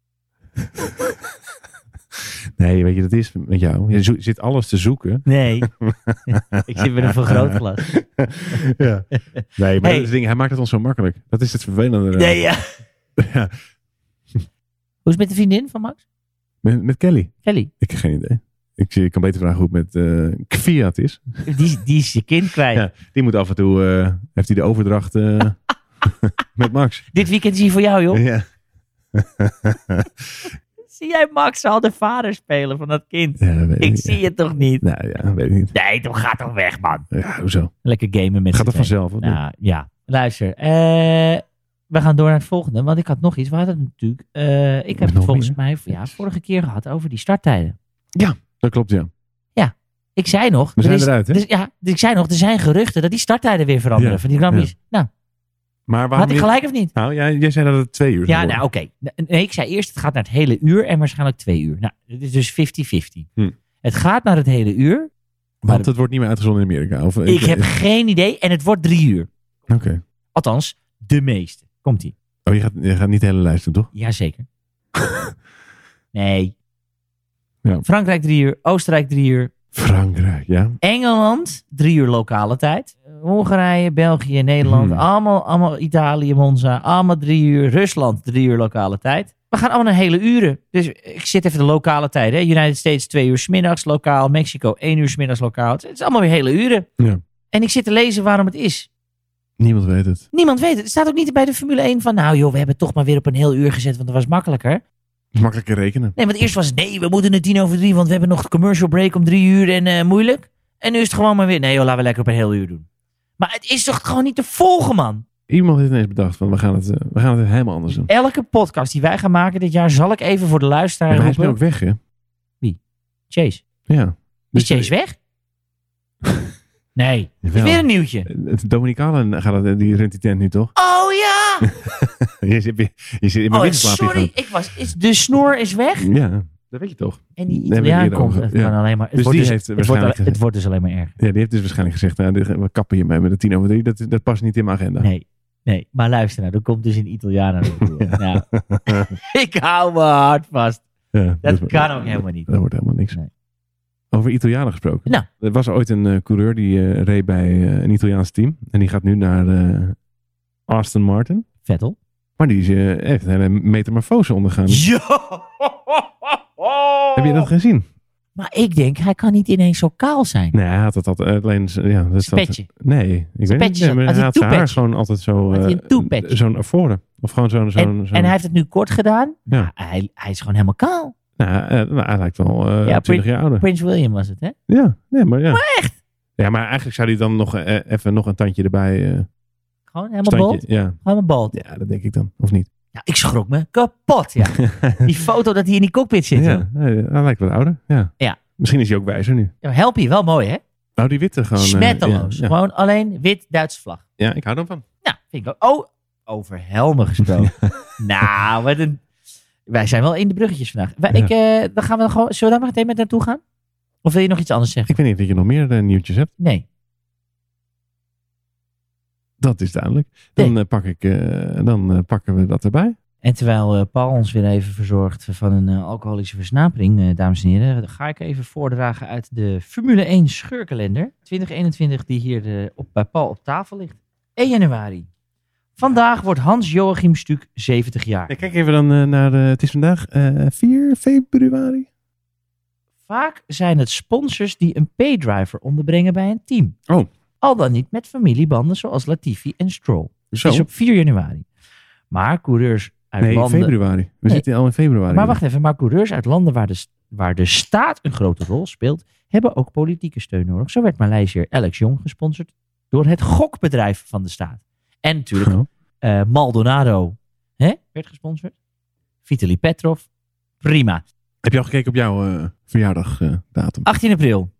Nee, weet je, dat is met jou. Je zo- zit alles te zoeken. Nee. Ik zit met een vergrootglas. ja. Nee, maar Hey. dat is het ding, hij maakt het ons zo makkelijk. Dat is het vervelende. eraan. Nee, ja. Ja. Hoe is het met de vriendin van Max? Met, met Kelly? Kelly. Ik heb geen idee. Ik, zie- ik kan beter vragen hoe het met eh Kviat is. Die, die is je kind kwijt. Ja, die moet af en toe... eh, heeft hij de overdracht eh, met Max. Dit weekend is hij voor jou, joh. Ja. Zie jij Max al de vader spelen van dat kind? Ja, dat weet Ik niet. zie het toch niet? Nou ja, weet ik niet. Nee, toch gaat toch weg, man. Ja, hoezo? Lekker gamen met Gaat z'n dat tweeën. vanzelf? Of Nou, ja. Luister. eh, we gaan door naar het volgende. Want ik had nog iets. We hadden het natuurlijk... eh, ik heb het Nog volgens meer? mij ja, vorige keer gehad over die starttijden. Dat klopt, ja. Ik zei nog... We er zijn is- eruit, hè? dus, ja, ik zei nog, er zijn geruchten dat die starttijden weer veranderen. Ja, Van die Grand Prix. Nou, Maar had waarom ik niet- gelijk of niet? Nou, jij, jij zei dat het twee uur zou Ja, worden. nou oké. Nee, ik zei eerst het gaat naar het hele uur en waarschijnlijk twee uur. Nou, dit is dus vijftig vijftig. Hm. Het gaat naar het hele uur. Want het wordt niet meer uitgezonden in Amerika. Of, Ik heb geen idee en het wordt drie uur. Oké. Althans, de meeste. Komt-ie. Oh, je gaat, je gaat niet de hele lijst doen, toch? Jazeker. Nee. Ja. Frankrijk drie uur, Oostenrijk drie uur, Frankrijk, ja. Engeland drie uur lokale tijd. Hongarije, België, Nederland, Hmm. allemaal, allemaal Italië, Monza, allemaal drie uur. Rusland drie uur lokale tijd. We gaan allemaal naar hele uren. Dus ik zit even de lokale tijd. Hè? United States twee uur 's middags lokaal, Mexico één uur 's middags lokaal. Het is allemaal weer hele uren. Ja. En ik zit te lezen waarom het is. Niemand weet het. Niemand weet het. Het staat ook niet bij de Formule één van, nou joh, we hebben het toch maar weer op een heel uur gezet, want dat was makkelijker. Makkelijker rekenen. Nee, want eerst was het, nee, we moeten het tien over drie, want we hebben nog de commercial break om drie uur en eh, moeilijk. En nu is het gewoon maar weer, nee joh, laten we lekker op een heel uur doen. Maar het is toch gewoon niet te volgen, man. Iemand heeft ineens bedacht van we gaan het, eh, we gaan het helemaal anders doen. Elke podcast die wij gaan maken dit jaar, zal ik even voor de luisteraar Maar hij is nu roepen. ook weg, hè? Chase. Ja. Is Chase weg? Nee. Dat is Jawel. weer een nieuwtje. Het Dominicalen gaat het, die runt die tent nu toch? Oh ja! je zit, weer- je zit in mijn Oh, winterslaap hier sorry. Ik was, is, de snor is weg. gewoon. Ja, dat weet je toch? En die Daar hebben we Italiaan eerder komt. over- Het, ja. kan alleen maar, het, Dus wordt die dus, heeft het, wordt, waarschijnlijk het gezegd- wordt dus alleen maar erger. Ja, die heeft dus waarschijnlijk gezegd, nou, dit- we kappen je mee met de tien over drie. Dat, dat past niet in mijn agenda. Nee, nee. Maar luister nou, er komt dus een Italiaan naar de tour. Ja. Nou, ik hou me hard vast. Ja, Dat dus- kan ook helemaal niet. Dat wordt helemaal niks. Nee. Over Italianen gesproken. Nou. Er was ooit een eh, coureur die eh, reed bij eh, een Italiaans team. En die gaat nu naar eh, Aston Martin. Vettel. Maar die is, eh, heeft een hele metamorfose ondergaan. Ja! Heb je dat gezien? Maar ik denk, hij kan niet ineens zo kaal zijn. Nee, hij had het altijd alleen... Ja, dat is Spetje. altijd- Nee, ik weet niet. Spetje. Nee, maar Had hij hij had zijn haar toepetje? gewoon altijd zo... Had hij een eh, toepetje? Zo'n naar voren. Of gewoon zo'n... zo'n En, zo'n- en hij heeft het nu kort gedaan. Ja. Maar hij, hij is gewoon helemaal kaal. Nou, eh, nou, hij lijkt wel eh Ja, twintig jaar ouder. Prince William was het, hè? Ja, nee, maar ja. Maar echt? Ja, maar eigenlijk zou hij dan nog eh, even nog een tandje erbij... eh Gewoon helemaal bald? standje. Ja. Helemaal bald. Ja, dat denk ik dan. Of niet? Ja, ik schrok me kapot, ja. Die foto dat hij in die cockpit zit. joh. Ja, hij, hij lijkt wat ouder. Ja. Ja. Misschien is hij ook wijzer nu. Ja, help je, wel mooi, hè? Nou, die witte gewoon. eh, Smetteloos. ja, ja. Gewoon alleen wit Duitse vlag. Ja, ik hou ervan. Nou, vind ik ook. Oh, over helmen gesproken. Nou, wat een... Wij zijn wel in de bruggetjes vandaag. Wij, Ja. ik, eh, dan gaan we gewoon... Zullen we daar maar meteen met naartoe gaan? Of wil je nog iets anders zeggen? Ik weet niet of je nog meer eh, nieuwtjes hebt. Nee. Dat is duidelijk. Dan, eh, pak ik, eh, dan eh, pakken we dat erbij. En terwijl eh, Paul ons weer even verzorgt van een eh, alcoholische versnapering, eh, dames en heren, ga ik even voordragen uit de Formule één scheurkalender twintig eenentwintig die hier eh, op, bij Paul op tafel ligt. één januari. Vandaag wordt Hans-Joachim Stuck zeventig jaar. Ja, kijk even dan uh, naar... Uh, het is vandaag uh, vier februari. Vaak zijn het sponsors die een paydriver onderbrengen bij een team. Oh. Al dan niet met familiebanden zoals Latifi en Stroll. Dus Zo. het is op vier januari. Maar coureurs uit nee, landen... februari. We nee. zitten al in februari. Maar wacht even. Maar coureurs uit landen waar de, waar de staat een grote rol speelt, hebben ook politieke steun nodig. Zo werd Maleisiër Alex Jong gesponsord door het gokbedrijf van de staat. En natuurlijk Oh. uh, Maldonado hè, werd gesponsord. Vitaly Petrov. Prima. Heb je al gekeken op jouw uh, verjaardagdatum? Uh, achttien april.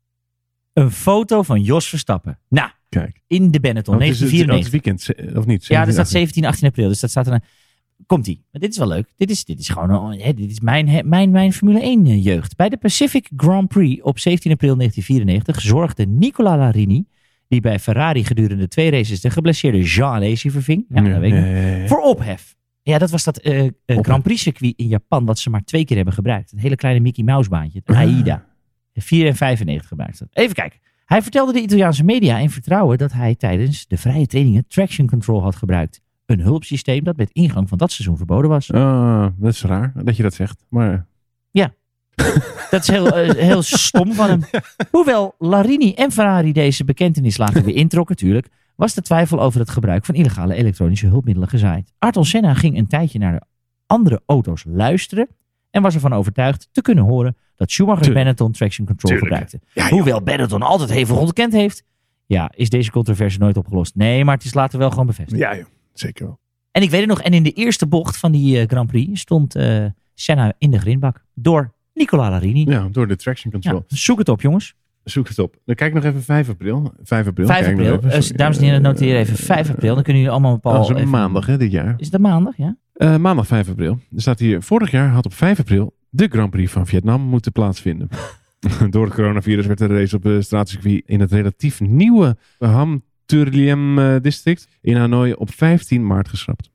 Een foto van Jos Verstappen. Nou, kijk. In de Benetton, oh, negentien vierennegentig. Het is weekend, of niet? Ja, er staat zeventien, achttien april. Dus dat staat er een... Komt-ie. Maar dit is wel leuk. Dit is, dit is gewoon hè, dit is mijn, hè, mijn, mijn Formule één jeugd. Bij de Pacific Grand Prix op zeventien april negentien vierennegentig zorgde Nicola Larini, die bij Ferrari gedurende twee races de geblesseerde Jean Alesi verving. Ja, nee, dat weet ik nee, nog. Voor ophef. Ja, dat was dat uh, uh, Grand Prix circuit in Japan wat ze maar twee keer hebben gebruikt. Een hele kleine Mickey Mouse baantje. Het AIDA. vier en vijfennegentig gebruikt dat. Even kijken. Hij vertelde de Italiaanse media in vertrouwen dat hij tijdens de vrije trainingen traction control had gebruikt. Een hulpsysteem dat met ingang van dat seizoen verboden was. Uh, dat is raar dat je dat zegt. Maar... Ja, dat is heel, uh, heel stom van hem. Hoewel Larini en Ferrari deze bekentenis later weer introkken, natuurlijk, was de twijfel over het gebruik van illegale elektronische hulpmiddelen gezaaid. Ayrton Senna ging een tijdje naar de andere auto's luisteren en was ervan overtuigd te kunnen horen dat Schumacher Tuurlijk. Benetton traction control Tuurlijk. gebruikte. Ja, Hoewel Benetton altijd hevig ontkend heeft, ja, is deze controverse nooit opgelost. Nee, maar het is later wel gewoon bevestigd. Ja, joh. Zeker wel. En ik weet het nog, en in de eerste bocht van die uh, Grand Prix stond uh, Senna in de grindbak door Nicola Larini. Ja, door de traction control. Ja, zoek het op, jongens. Zoek het op. Dan kijk nog even vijf april. vijf april. vijf april. Uh, dames en heren, noteer even vijf april. Dan kunnen jullie allemaal bepalen. Dat is een even... maandag, hè, dit jaar. Is het een maandag, ja? Uh, maandag vijf april. Er staat hier, vorig jaar had op vijf april de Grand Prix van Vietnam moeten plaatsvinden. Door het coronavirus werd de race op het straatcircuit in het relatief nieuwe Ham Turliem uh, district in Hanoi op vijftien maart geschrapt.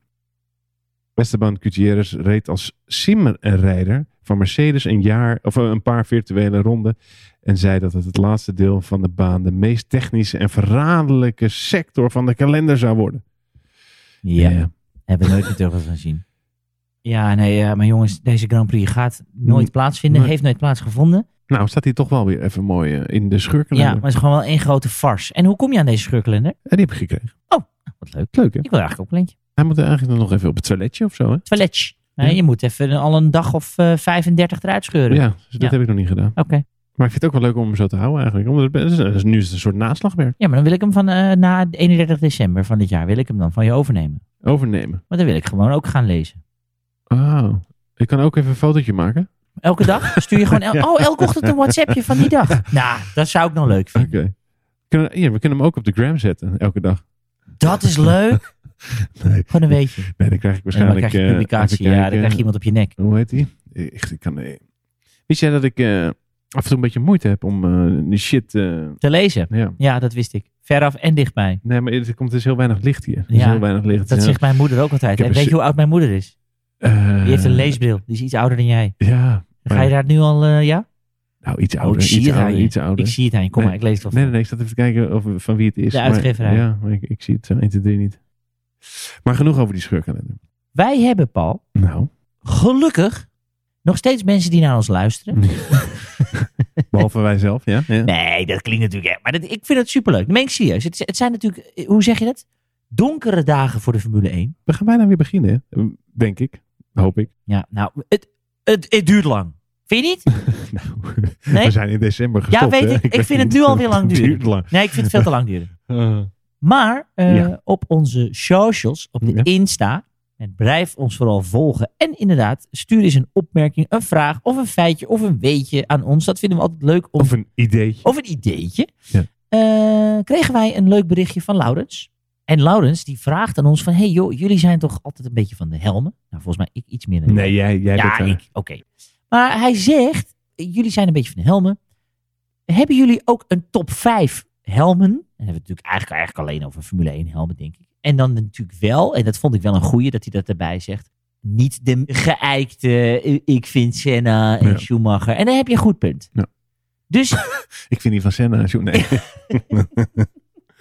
Esteban Gutierrez reed als simmerrijder van Mercedes een, jaar, of een paar virtuele ronden en zei dat het het laatste deel van de baan de meest technische en verraderlijke sector van de kalender zou worden. Ja, ja. Hebben we nooit meer terug gaan zien. Ja, nee, maar jongens, deze Grand Prix gaat nooit plaatsvinden, nee. heeft nooit plaatsgevonden. Nou, staat hij toch wel weer even mooi uh, in de scheurkalender. Ja, maar het is gewoon wel één grote farce. En hoe kom je aan deze scheurkalender? Ja, die heb ik gekregen. Oh, wat leuk. Leuk, hè? Ik wil eigenlijk ook een eentje. Hij moet eigenlijk nog even op het toiletje of zo, hè? Toiletje. Ja. Nee, je moet even al een dag of uh, vijfendertig eruit scheuren. Ja, dus dat ja. heb ik nog niet gedaan. Oké. Okay. Maar ik vind het ook wel leuk om hem zo te houden eigenlijk. Omdat het, het is, nu is het een soort naslagwerk. Ja, maar dan wil ik hem van uh, na eenendertig december van dit jaar, wil ik hem dan van je overnemen. Overnemen? Maar dan wil ik gewoon ook gaan lezen. Oh, ik kan ook even een fotootje maken? Elke dag? Stuur je gewoon el- ja. oh, elke ochtend een WhatsAppje van die dag. Nou, dat zou ik nog leuk vinden. Oké. Okay. Ja, we kunnen hem ook op de gram zetten, elke dag. Dat is leuk. Nee. Gewoon een weetje. Nee, dan krijg ik waarschijnlijk... En dan krijg je publicatie, uh, ja, dan krijg je iemand op je nek. Hoe heet die? Ik, ik kan, nee. Wist jij dat ik uh, af en toe een beetje moeite heb om uh, die shit... Uh, te lezen? Ja. Ja, dat wist ik. Veraf en dichtbij. Nee, maar er komt dus heel weinig licht hier. Er is ja, heel weinig licht. Dat zegt mijn moeder ook altijd. En weet je hoe oud mijn moeder is? Uh, die heeft een leesbril. Die is iets ouder dan jij. Ja. Maar... Ga je daar nu al, uh, ja? Nou, iets ouder. Oh, ik zie iets het ouder, aan je. Iets ouder. Ik zie het aan je. Kom nee. maar, ik lees het wel. Nee, nee, nee. Ik zat even te kijken of, van wie het is. De uitgeverij. Maar, ja, maar ik, ik zie het zo één, twee, drie niet. Maar genoeg over die scheurkalender. Wij hebben, Paul, nou. gelukkig nog steeds mensen die naar ons luisteren. Behalve wij zelf, ja? ja. Nee, dat klinkt natuurlijk echt. Maar dat, ik vind het superleuk. Dat meen ik serieus. Het, het zijn natuurlijk, hoe zeg je dat? Donkere dagen voor de Formule één. We gaan bijna weer beginnen, denk ik. Hoop ik. Ja, nou, het, het, het duurt lang. Vind je niet? nou, nee? We zijn in december gestopt. Ja, weet ik. Ik, ik vind het nu alweer lang duren. Duurt lang. Nee, ik vind het veel te lang duren. Uh, maar uh, ja. op onze socials, op de ja. Insta, en blijf ons vooral volgen. En inderdaad, stuur eens een opmerking, een vraag of een feitje of een weetje aan ons. Dat vinden we altijd leuk. Om, of een ideetje. Of een ideetje. Ja. Uh, kregen wij een leuk berichtje van Laurens. En Laurens die vraagt aan ons van, hey joh, jullie zijn toch altijd een beetje van de helmen? Nou, volgens mij ik iets meer dan Nee, jij, jij ja, bent ik. Oké. Okay. Maar hij zegt, jullie zijn een beetje van de helmen. Hebben jullie ook een top vijf helmen? En dan hebben we het natuurlijk eigenlijk, eigenlijk alleen over Formule één helmen, denk ik. En dan natuurlijk wel, en dat vond ik wel een goeie dat hij dat erbij zegt, niet de geëikte, ik vind Senna en ja. Schumacher. En dan heb je een goed punt. Ja. Dus... ik vind die van Senna en Schumacher, nee.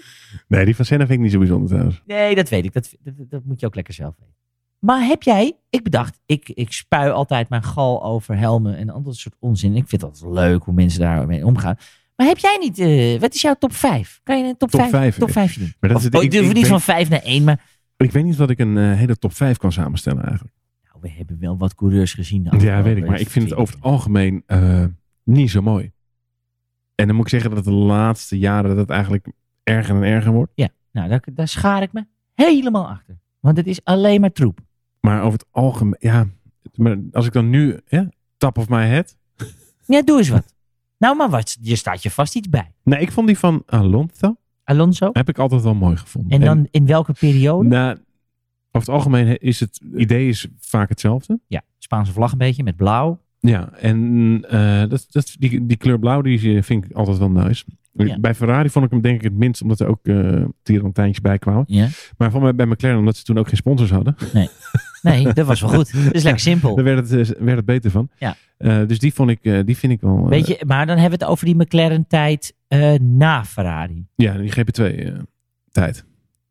Nee, die van Senna vind ik niet zo bijzonder trouwens. Nee, dat weet ik. Dat, dat, dat moet je ook lekker zelf weten. Maar heb jij, ik bedacht, ik, ik spui altijd mijn gal over helmen en ander soort onzin. Ik vind het leuk hoe mensen daarmee omgaan. Maar heb jij niet, uh, wat is jouw top vijf? Kan je een top, top vijf, vijf top vijf doen? Maar dat of, is het, ik, ik, niet ik van weet, vijf naar één, maar... Ik weet niet wat ik een uh, hele top vijf kan samenstellen eigenlijk. Nou, we hebben wel wat coureurs gezien. Ja, weet ik. Maar ik vind het over het algemeen uh, niet zo mooi. En dan moet ik zeggen dat de laatste jaren dat het eigenlijk erger en erger wordt. Ja, nou daar, daar schaar ik me helemaal achter. Want het is alleen maar troep. Maar over het algemeen, ja, maar als ik dan nu, ja, top of my head. Ja, doe eens wat. Nou, maar wat, je staat je vast iets bij. Nee, ik vond die van Alonso. Alonso? Heb ik altijd wel mooi gevonden. En dan en, in welke periode? Nou, over het algemeen is het idee is vaak hetzelfde. Ja, Spaanse vlag een beetje met blauw. Ja, en uh, dat, dat, die, die kleur blauw die vind ik altijd wel nice. Ja. Bij Ferrari vond ik hem denk ik het minst, omdat er ook uh, tierlantijntjes bij kwamen. Ja. Maar van mij bij McLaren, omdat ze toen ook geen sponsors hadden. Nee, nee dat was wel goed. Dat is lekker simpel. Daar werd het, werd het beter van. Ja. Uh, dus die, vond ik, uh, die vind ik wel... Uh, Weet je, maar dan hebben we het over die McLaren-tijd uh, na Ferrari. Ja, die G P twee tijd.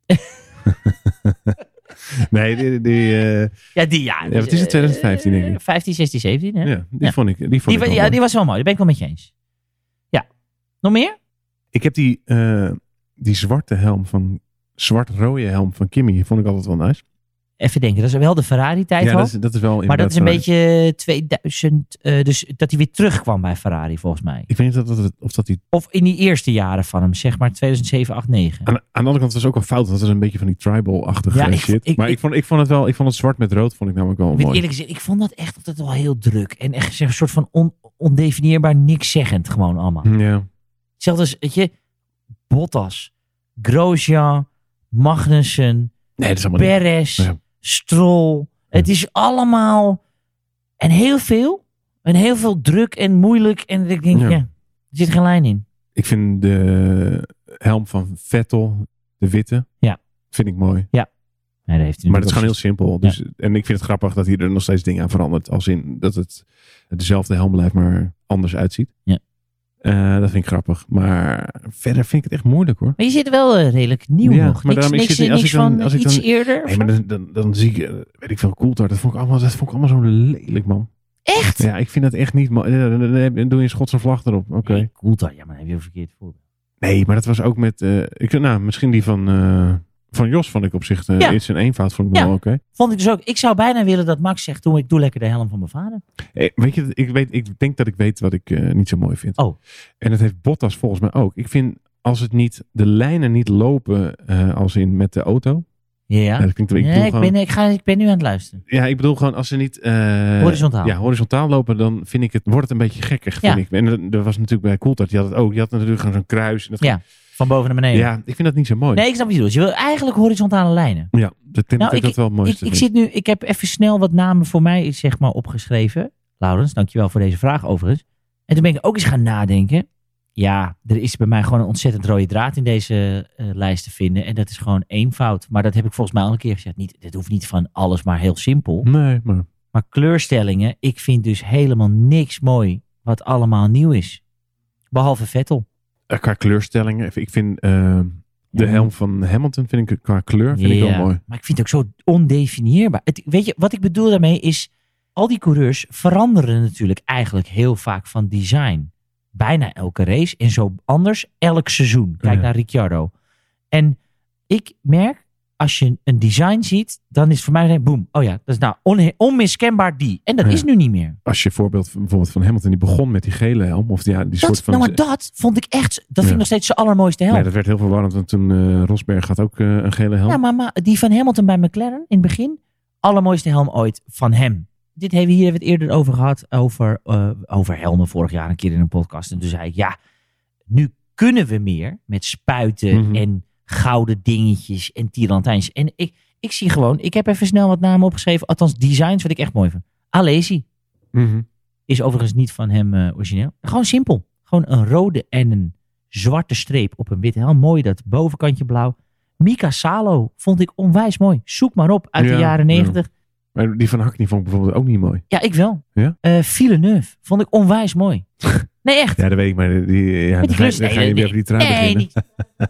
Nee, die... die uh, ja, die ja. ja. Wat is het, twintig vijftien denk ik? vijftien, zestien, zeventien. Hè? Ja, die ja. vond ik die vond die, ik Ja, mooi. die was wel mooi. Daar ben ik wel met je eens. Ja. Nog meer? Ik heb die, uh, die zwarte helm van... Zwart-rode helm van Kimi. Vond ik altijd wel nice. Even denken. Dat is wel de Ferrari-tijd ja, al. Dat is, dat is wel maar dat is een Ferrari. beetje tweeduizend... Uh, dus dat hij weer terugkwam bij Ferrari volgens mij. Ik weet niet of dat, of dat die... Of in die eerste jaren van hem. Zeg maar tweeduizend zeven, acht, negen. Aan, aan de andere kant was het ook wel fout. Want dat was een beetje van die tribal-achtige ja, ik, shit. Ik, maar ik, ik, vond, ik vond het wel... Ik vond het zwart met rood vond ik namelijk wel ik mooi. Eerlijk gezegd, ik vond dat echt altijd wel heel druk. En echt zeg, een soort van on, ondefinieerbaar niks zeggend gewoon allemaal. Ja. Hetzelfde als, weet je... Bottas, Grosjean, Magnussen, nee, dat is allemaal Perez, ja. Stroll. Ja. Het is allemaal... En heel veel. En heel veel druk en moeilijk. En ik denk, ja, ja er zit geen lijn in. Ik vind de helm van Vettel, de witte, ja. vind ik mooi. Ja. Ja, dat heeft hij maar het is gewoon heel simpel. Dus, ja. En ik vind het grappig dat hij er nog steeds dingen aan verandert. Als in dat het dezelfde helm blijft, maar anders uitziet. Ja. Uh, dat vind ik grappig. Maar verder vind ik het echt moeilijk hoor. Maar je zit wel uh, redelijk nieuw ja, nog. Maar niks niks, niks, als niks ik dan, van als ik iets dan, eerder? Nee, maar dan, dan, dan zie ik, uh, weet ik veel, Coulthard. Dat vond ik allemaal, dat vond ik allemaal zo lelijk man. Echt? Ja, ik vind dat echt niet mooi. Dan doe je een Schotse vlag erop. Oké. Okay. Nee, Coulthard, ja, maar dan heb je een verkeerd voorbeeld. Nee, maar dat was ook met, uh, ik, nou, misschien die van... Uh, Van Jos vond ik op zich uh, ja. iets in eenvoud vond ik ja. wel oké. Okay. Vond ik dus ook. Ik zou bijna willen dat Max zegt, doe ik doe lekker de helm van mijn vader. Hey, weet je, ik, weet, ik denk dat ik weet wat ik uh, niet zo mooi vind. Oh. En dat heeft Bottas volgens mij ook. Ik vind als het niet, de lijnen niet lopen uh, als in met de auto. Ja, ja dat klinkt, ik, ja, ik, gewoon, ben, ik, ga, ik ben nu aan het luisteren. Ja, ik bedoel gewoon als ze niet uh, horizontaal. Ja, horizontaal lopen, dan vind ik het, wordt het een beetje gekkig, vind ja. ik. En er was natuurlijk bij Coulthard, die had het ook. Die had natuurlijk gewoon zo'n kruis. En dat ja. Van boven naar beneden. Ja, ik vind dat niet zo mooi. Nee, ik snap wat je bedoelt. Je wil eigenlijk horizontale lijnen. Ja, dat denk nou, ik ik dat wel het mooiste. Ik, ik, zit nu, ik heb even snel wat namen voor mij zeg maar, opgeschreven. Laurens, dankjewel voor deze vraag overigens. En toen ben ik ook eens gaan nadenken. Ja, er is bij mij gewoon een ontzettend rode draad in deze uh, lijst te vinden. En dat is gewoon eenvoud. Maar dat heb ik volgens mij al een keer gezegd. Niet, het hoeft niet van alles, maar heel simpel. Nee, maar... Maar kleurstellingen, ik vind dus helemaal niks mooi wat allemaal nieuw is. Behalve Vettel. Qua kleurstellingen. Ik vind uh, de ja. helm van Hamilton vind ik qua kleur vind ja, ik wel mooi. Maar ik vind het ook zo ondefinieerbaar. Het, weet je, wat ik bedoel daarmee is... Al die coureurs veranderen natuurlijk eigenlijk heel vaak van design. Bijna elke race. En zo anders elk seizoen. Kijk ja. naar Ricciardo. En ik merk... Als je een design ziet, dan is het voor mij boem. Oh ja, dat is nou on, onmiskenbaar die. En dat ja. is nu niet meer. Als je voorbeeld bijvoorbeeld van Hamilton, die begon met die gele helm. Of die, ja, die dat, soort van... Nou, maar dat vond ik echt... Dat ja. vind ik nog steeds zijn allermooiste helm. Nee, dat werd heel verwarrend. Want toen uh, Rosberg had ook uh, een gele helm. Ja, maar, maar die van Hamilton bij McLaren in het begin. Allermooiste helm ooit van hem. Dit hebben we hier het eerder over gehad. Over, uh, over helmen vorig jaar een keer in een podcast. En toen zei ik, ja, nu kunnen we meer met spuiten mm-hmm. en... gouden dingetjes en tierlantijns. En ik, ik zie gewoon, ik heb even snel wat namen opgeschreven, althans designs wat ik echt mooi vind. Alesi mm-hmm. is overigens niet van hem uh, origineel. Gewoon simpel. Gewoon een rode en een zwarte streep op een witte helm. Mooi dat bovenkantje blauw. Mika Salo vond ik onwijs mooi. Zoek maar op uit ja, de jaren negentig. Ja. Maar die van Hackney vond ik bijvoorbeeld ook niet mooi. Ja, ik wel. Ja? Uh, Villeneuve vond ik onwijs mooi. Nee, echt. Ja, dat weet ik, maar die, ja, Met die klus, dan nee, ga je nee, weer over die trein nee, beginnen.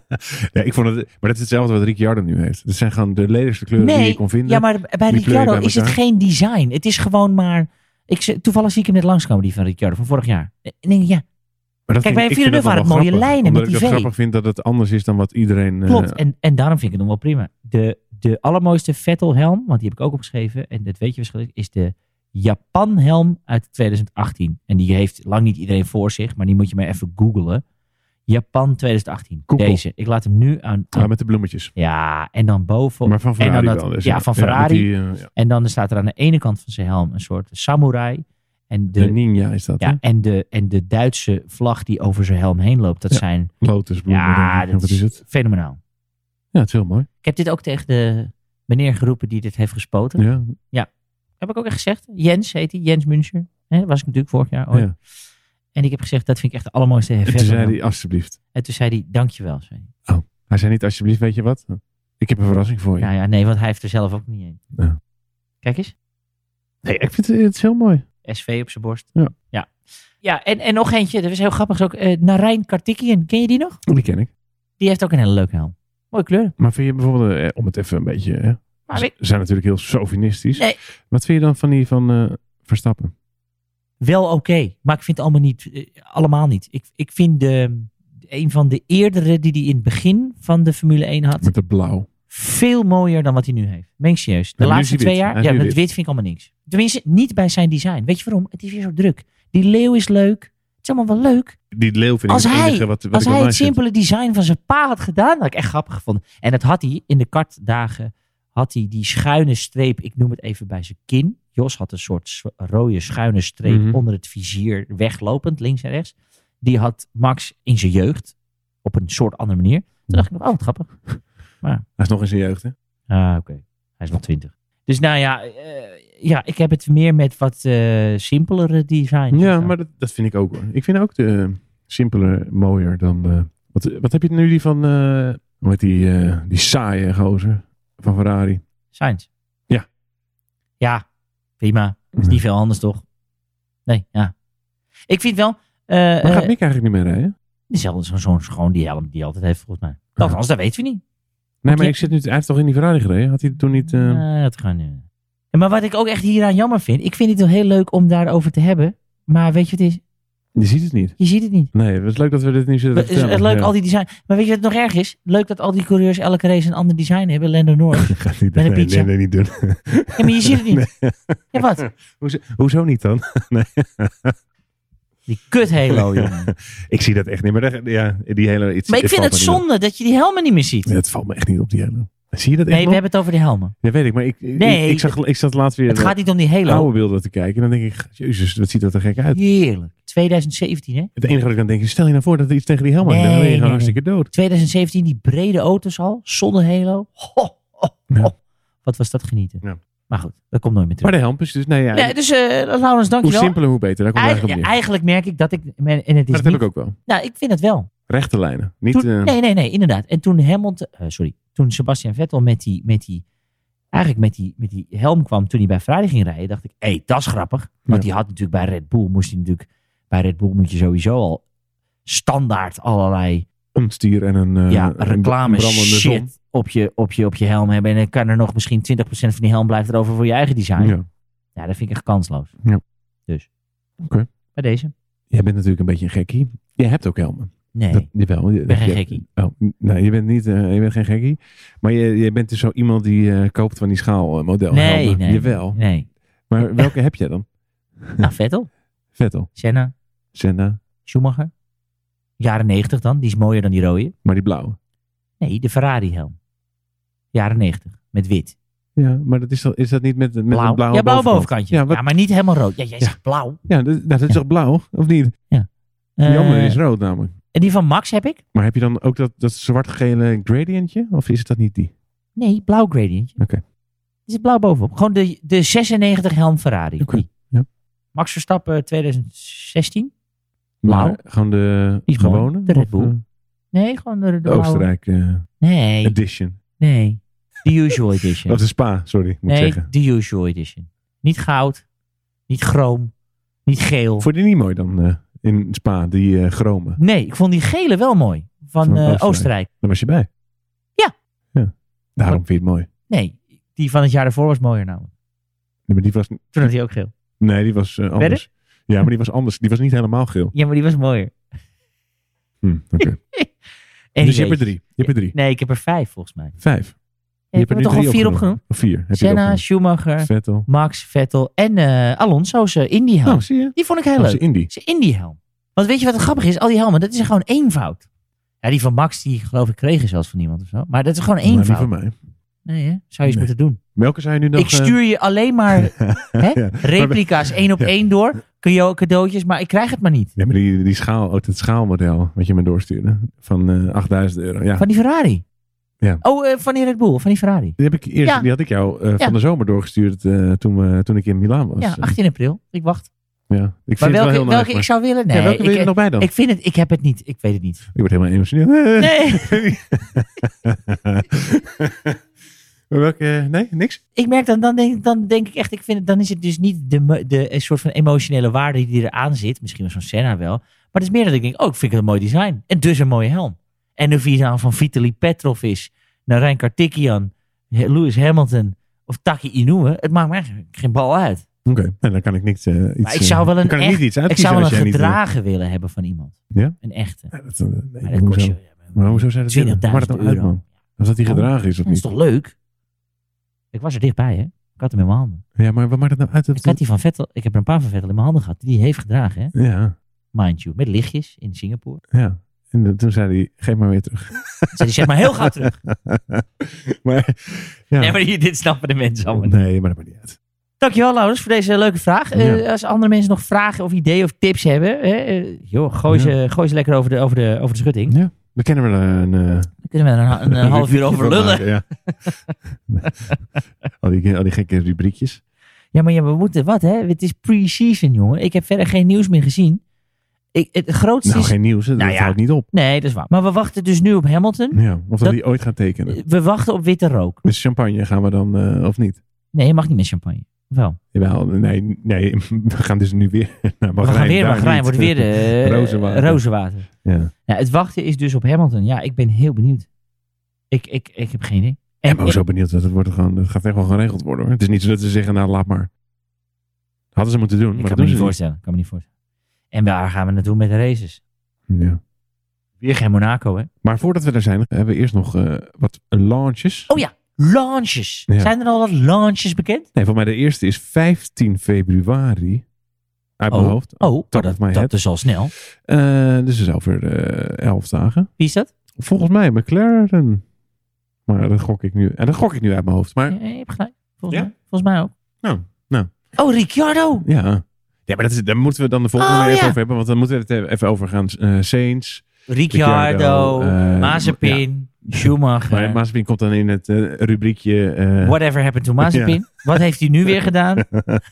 Ja, ik vond het, maar dat is hetzelfde wat Ricciardo nu heeft. Dat zijn gewoon de lelijkste kleuren nee, die je kon vinden. Ja, maar bij Ricciardo is het geen design. Het is gewoon maar... Ik, toevallig zie ik hem net langskomen, die van Ricciardo van vorig jaar. En denk ik, ja... Maar Kijk, bij Villeneuve waren het mooie grappig, lijnen omdat met die ik V. het grappig vind dat het anders is dan wat iedereen... Klopt, uh, en, en daarom vind ik het nog wel prima. De, de allermooiste Vettel helm, want die heb ik ook opgeschreven, en dat weet je waarschijnlijk, is de Japan helm uit twintig achttien. En die heeft lang niet iedereen voor zich, maar die moet je maar even googlen. Japan twintig achttien. Google. Deze. Ik laat hem nu aan... aan ja, met de bloemetjes. Ja, en dan boven... Maar van Ferrari en dan dat, dan dus, ja, van Ferrari. Ja, die, uh, ja. En dan staat er aan de ene kant van zijn helm een soort samurai. En de, de ninja is dat, ja, hè? en de, en de Duitse vlag die over zijn helm heen loopt, dat ja. zijn... Lotusbloemen. Ja, dat dat is is het? fenomenaal. Ja, het is heel mooi. Ik heb dit ook tegen de meneer geroepen die dit heeft gespoten. Ja. Ja. Heb ik ook echt gezegd. Jens heet hij. Jens Müncher. Hè, was ik natuurlijk vorig jaar ooit. Ja. En ik heb gezegd, dat vind ik echt de allermooiste. En toen zei hij, alsjeblieft. En toen zei hij, dankjewel. Zei hij. Oh, hij zei niet, alsjeblieft, weet je wat? Ik heb een verrassing voor je. Ja, ja, nee, want hij heeft er zelf ook niet een. Ja. Kijk eens. Nee, ik vind het, het is heel mooi. S V op zijn borst. Ja. Ja, ja en, en nog eentje. Dat was heel grappig. Ook uh, Narijn Kartikien. Ken je die nog? Die ken ik. Die heeft ook een hele leuke helm. Mooie kleur. Maar vind je bijvoorbeeld, eh, om het even een beetje... Eh, maar ik... Ze zijn natuurlijk heel chauvinistisch. Nee. Wat vind je dan van die van uh, Verstappen? Wel oké, okay, maar ik vind het allemaal niet, uh, allemaal niet. Ik, ik vind de, een van de eerdere die hij in het begin van de Formule één had. Met de blauw. Veel mooier dan wat hij nu heeft. Meen ik serieus. De ja, laatste twee wit. jaar, ja, het wit vind ik allemaal niks. Tenminste, niet bij zijn design. Weet je waarom? Het is weer zo druk. Die leeuw is leuk. Het is allemaal wel leuk. Die leeuw vind ik als het hij, enige wat, wat Als ik hij het nice simpele design van zijn pa had gedaan, had ik echt grappig gevonden. En dat had hij in de kartdagen, had hij die schuine streep, ik noem het even bij zijn kin. Jos had een soort rode schuine streep mm-hmm. onder het vizier weglopend, links en rechts. Die had Max in zijn jeugd op een soort andere manier. Toen dacht ik nog, oh wat grappig. Maar, hij is nog in zijn jeugd, hè? Ah, oké. Okay. Hij is nog twintig. Dus nou ja, uh, ja, ik heb het meer met wat uh, simpelere design. Ja, maar dat, dat vind ik ook hoor. Ik vind ook de uh, simpeler mooier dan... Uh, wat, wat heb je nu die van... Uh, met die, uh, die saaie gozer van Ferrari? Sainz. Ja. Ja, prima. Is niet veel anders toch? Nee, ja. Ik vind wel... Uh, maar gaat Mick eigenlijk niet meer rijden? Dezelfde, zo'n zo, gewoon die helm die hij altijd heeft volgens mij. Dat, anders, dat weten we niet. Nee, maar je... ik zit nu... Hij heeft toch in die Ferrari gereden? Had hij toen niet... Uh... Uh, dat gaat niet. Maar wat ik ook echt hieraan jammer vind... Ik vind het wel heel leuk om daarover te hebben. Maar weet je wat het is? Je ziet het niet. Je ziet het niet. Nee, het is leuk dat we dit nu zitten te vertellen. Het is leuk, ja. Al die design. Maar weet je wat nog erg is? Leuk dat al die coureurs elke race een ander design hebben. Lando Norris. Gaat niet, met een nee, pizza. Nee, nee, niet doen. Ja, maar je ziet het niet. Nee. Ja, wat? Hoezo, hoezo niet dan? Nee. Die kut halo, jongen. Ik zie dat echt niet. Maar dat, ja, die hele... Iets, maar ik vind het zonde dat je die helmen niet meer ziet. Nee, het valt me echt niet op, die hele... Zie je dat echt Nee, nog? we hebben het over de helmen. Ja, weet ik. Maar ik, nee, ik, ik, zag, ik zat laatst weer... Het gaat niet om die halo. oude beelden te kijken. En dan denk ik, jezus, wat ziet dat er gek uit. Heerlijk. twintig zeventien, hè? Het enige wat ik dan denk is, stel je nou voor dat er iets tegen die helm nee, aan. Dan ben je gewoon nee, hartstikke nee. dood. twintig zeventien, die brede auto's al. Zonder halo. Ho, ho, ho. Ja. Wat was dat genieten. Ja. Maar goed, dat komt nooit meer terug. Maar de helmpjes, dus nee, ja. Nee, dus uh, Laurens, dankjewel. Hoe simpeler, hoe beter. Daar komt Eigen, eigenlijk op ja, eigenlijk merk ik dat ik... En het is maar dat niet, heb ik ook wel. Nou, ik vind het wel. Rechte lijnen. Niet, toen, uh... Nee, nee, nee, inderdaad. En toen Hamilton... Uh, sorry. Toen Sebastian Vettel met die... Met die eigenlijk met die, met die helm kwam toen hij bij Ferrari ging rijden, dacht ik, hé, hey, dat is grappig. Want ja. die had natuurlijk bij Red Bull, moest hij natuurlijk... Bij Red Bull moet je sowieso al standaard allerlei... Een stier en een... Uh, ja, reclame een shit zon. op je, op, je, op je helm hebben. En dan kan er nog misschien twintig procent van die helm blijft erover voor je eigen design. Ja, ja dat vind ik echt kansloos. Ja. Dus. Oké. Okay. Bij deze. Jij bent natuurlijk een beetje een gekkie. Jij hebt ook helmen. Nee, dat, jawel, ik ben geen je, gekkie. Oh, nee, je bent, niet, uh, je bent geen gekkie. Maar je, je bent dus zo iemand die uh, koopt van die schaalmodel. Nee, helmen. nee. Jawel. Nee. Maar welke heb jij dan? Nou, Vettel. Vettel. Senna. Senna. Schumacher. Jaren negentig dan. Die is mooier dan die rode. Maar die blauwe? Nee, de Ferrari helm. Jaren negentig. Met wit. Ja, maar dat is, dat, is dat niet met, met blauw. een blauwe ja, blauw bovenkant? bovenkantje. Ja, wat... ja, maar niet helemaal rood. Ja, jij ja. zegt blauw. Ja, dat, dat is toch blauw? Of niet? Ja. Die uh, andere is rood namelijk. En die van Max heb ik. Maar heb je dan ook dat, dat zwart-gele gradientje? Of is het dat niet die? Nee, blauw gradientje. Oké. Okay. Is het blauw bovenop. Gewoon de, de zesennegentig helm Ferrari. Oké. Okay. Ja. Max Verstappen twintig zestien. Blauw. Maar gewoon de die gewone? De Red Bull. Of, uh, nee, gewoon de, de, de Oostenrijk uh, nee. edition. Nee. The Usual Edition. Of de Spa, sorry, moet nee, zeggen. The Usual Edition. Niet goud, niet chroom, niet geel. Vond je die niet mooi dan uh, in Spa, die uh, chromen? Nee, ik vond die gele wel mooi. Van, van uh, Oostenrijk. Oostenrijk. Daar was je bij? Ja. ja. Daarom vind je het mooi. Nee, die van het jaar ervoor was mooier namelijk. Nee, maar die was... Toen had hij ook geel. Nee, die was uh, anders. Verder? Ja, maar die was anders. Die was niet helemaal geel. Ja, maar die was mooier. Hm, Oké. Okay. Dus je hebt er drie. Je hebt er drie. Nee, ik heb er vijf volgens mij. Vijf? Ja, je hebt er toch al vier opgenoemd? Of vier? Heb Senna, Schumacher, Vettel. Max, Vettel en uh, Alonso's uh, Indy-helm. Oh, zie je? Die vond ik heel oh, leuk. Zijn Indy. Zijn Indy-helm. Want weet je wat het grappig is? Al die helmen, dat is gewoon eenvoud. Ja, die van Max, die geloof ik kregen zelfs van iemand of zo. Maar dat is gewoon eenvoud. Maar die van mij. Nee, hè? Zou je eens nee. moeten doen. Welke zou je nu nog... Ik stuur je alleen maar hè, ja. replica's één op ja. één door. Kun je ook cadeautjes, maar ik krijg het maar niet. Ja, maar die, die schaal, ook het schaalmodel wat je me doorstuurde. Van uh, achtduizend euro. Ja. Van die Ferrari? Ja. Oh, uh, van die Red Bull, van die Ferrari. Die, heb ik eerst, ja. die had ik jou uh, ja. van de zomer doorgestuurd uh, toen, we, toen ik in Milaan was. Ja, achttien april. Ik wacht. Ja, ik vind maar welke, het wel heel welke nice, ik zou willen? Nee, ja, welke wil je ik, er nog bij dan? Ik vind het, ik heb het niet. Ik weet het niet. Je wordt helemaal emotioneel. Nee. Maar welke, nee, niks? Ik merk dan, dan denk, dan denk ik echt, ik vind het, dan is het dus niet de, de een soort van emotionele waarde die eraan zit. Misschien wel zo'n Senna wel. Maar het is meer dat ik denk, oh, ik vind het een mooi design. En dus een mooie helm. En of hij dan van Vitaly Petrov is, naar Rijn Kartikian, Lewis Hamilton of Taki Inoue. Het maakt me echt geen bal uit. Oké, okay. En dan kan ik niet uh, iets... Maar ik zou wel een, kan echt, ik niet iets ik zou wel een gedragen niet, uh... willen hebben van iemand. Ja? Een echte. Ja, dat, uh, nee, maar dat kost je... Maar hoezo zou dat twintigduizend maar dat nou uit, man? Als dat die gedragen is of dat niet? Dat is toch leuk? Ik was er dichtbij, hè? Ik had hem in mijn handen. Ja, maar wat maakt het nou uit? Dat ik had die van Vettel... Ik heb er een paar van Vettel in mijn handen gehad. Die heeft gedragen, hè? Ja. Mind you. Met lichtjes in Singapore. Ja. En de, toen zei hij, geef maar weer terug. Zei hij, zeg maar heel gauw terug. maar, ja. Nee, maar hier, dit snappen de mensen allemaal niet. Nee, maar dat maakt niet uit. Dankjewel, Laurens, voor deze leuke vraag. Ja. Uh, als andere mensen nog vragen of ideeën of tips hebben, hè, uh, joh, gooi, ja. ze, gooi ze lekker over de, over de, over de schutting. Ja, dan kunnen we een... Uh, dan kunnen we er een, een, een half uur over lullen. Maken, ja. al, die, al die gekke rubriekjes. Ja, maar ja, we moeten wat, hè? Het is pre-season, jongen. Ik heb verder geen nieuws meer gezien. Ik, het grootste nou, is... geen nieuws, dat nou, ja. houdt niet op. Nee, dat is waar. Maar we wachten dus nu op Hamilton. Ja, of dat hij ooit gaat tekenen. We wachten op witte rook. Dus champagne gaan we dan, uh, of niet? Nee, je mag niet met champagne. Wel? Jawel, nee, nee, we gaan dus nu weer naar Bahrein. We gaan weer naar Bahrein, wordt weer de uh, rozenwater. rozenwater. Ja. Ja, het wachten is dus op Hamilton. Ja, ik ben heel benieuwd. Ik, ik, ik heb geen idee. En, ik ben ook zo benieuwd. Dat het, wordt gewoon, dat gaat echt wel geregeld worden, hoor. Het is niet zo dat ze zeggen, nou laat maar. Hadden ze moeten doen. Ik maar kan, dat me doen niet voorstellen. kan me niet voorstellen. En waar gaan we naartoe met de races? Ja. Weer geen Monaco, hè? Maar voordat we daar zijn, hebben we eerst nog uh, wat launches. Oh ja, launches. Ja. Zijn er al wat launches bekend? Nee, voor mij de eerste is vijftien februari. Uit oh. mijn hoofd. Oh, dat, dat, dat is al snel. Uh, dus dat is over uh, elf dagen. Wie is dat? Volgens mij McLaren. Maar dat gok ik nu. En dat gok ik nu uit mijn hoofd. Maar... Ja, je hebt gelijk. Volgens, ja? mij, volgens mij ook. Nou, nou. Oh, Ricciardo. Ja. Ja, maar dat is, daar moeten we dan de volgende oh, keer even ja. over hebben. Want dan moeten we het even over gaan. Uh, Sainz. Ricciardo. Uh, Mazepin. Ja. Schumacher. Maar Mazepin komt dan in het uh, rubriekje... Uh, Whatever happened to Mazepin. Ja. Wat heeft hij nu weer gedaan?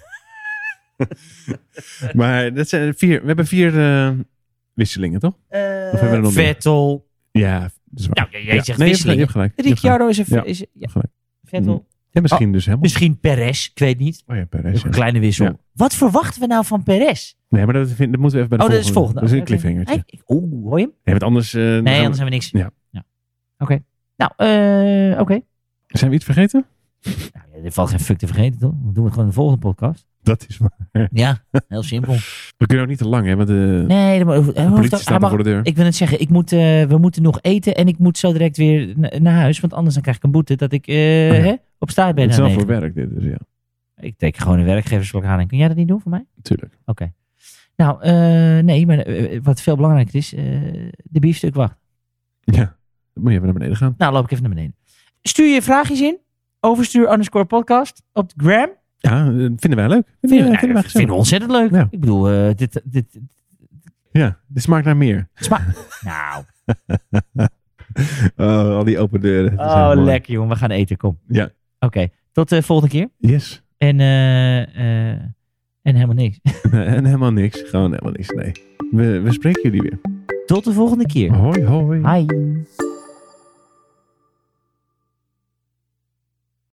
Maar dat zijn vier, we hebben vier uh, wisselingen, toch? Uh, of hebben we er nog meer? Vettel. Ja, dat is waar. Nou, jij ja. zegt nee, wisselingen. Je hebt gelijk. Ricciardo is een... Ja, is, ja. gelijk. Vettel. Ja, misschien oh, dus helemaal. Misschien Perez, ik weet niet. Oh ja, Perez. Een ja. kleine wissel. Ja. Wat verwachten we nou van Perez? Nee, maar dat, vind, dat moeten we even bij de oh, volgende. Dat is volgende. Dat is een okay. cliffhangertje. Oeh, hoor je hem? Nee, want anders... Uh, nee, gaan anders hebben we niks. Ja. ja. Oké. Okay. Nou, uh, oké. Okay. Zijn we iets vergeten? Nou, er valt geen fuck te vergeten, toch? Dan doen we het gewoon in de volgende podcast. Dat is waar. Ja, heel simpel. We kunnen ook niet te lang, hè? Want de, nee, de, de politie dat, staat mag, voor de deur. Ik wil het zeggen, ik moet, uh, we moeten nog eten en ik moet zo direct weer n- naar huis. Want anders dan krijg ik een boete dat ik uh, oh ja. hè, op staat ben. Het is wel voor werk dit, dus ja. Ik teken gewoon een werkgeverslokaal. Kun jij dat niet doen voor mij? Tuurlijk. Oké. Okay. Nou, uh, nee, maar uh, wat veel belangrijker is, uh, de biefstuk wacht. Ja, dan moet je even naar beneden gaan. Nou, loop ik even naar beneden. Stuur je vraagjes in. Overstuur underscore podcast op de gram. Ja, vinden wij leuk. Vinden, vinden, wij, vinden, wij vinden we ontzettend leuk. Ja. Ik bedoel, uh, dit, dit, dit... Ja, dit smaakt naar meer. Sma- nou. Oh, al die open deuren. Oh, lekker jongen. We gaan eten, kom. Ja. Oké, okay. Tot de uh, volgende keer. Yes. En, uh, uh, en helemaal niks. en helemaal niks. Gewoon helemaal niks, nee. We, we spreken jullie weer. Tot de volgende keer. Hoi, hoi. Hi.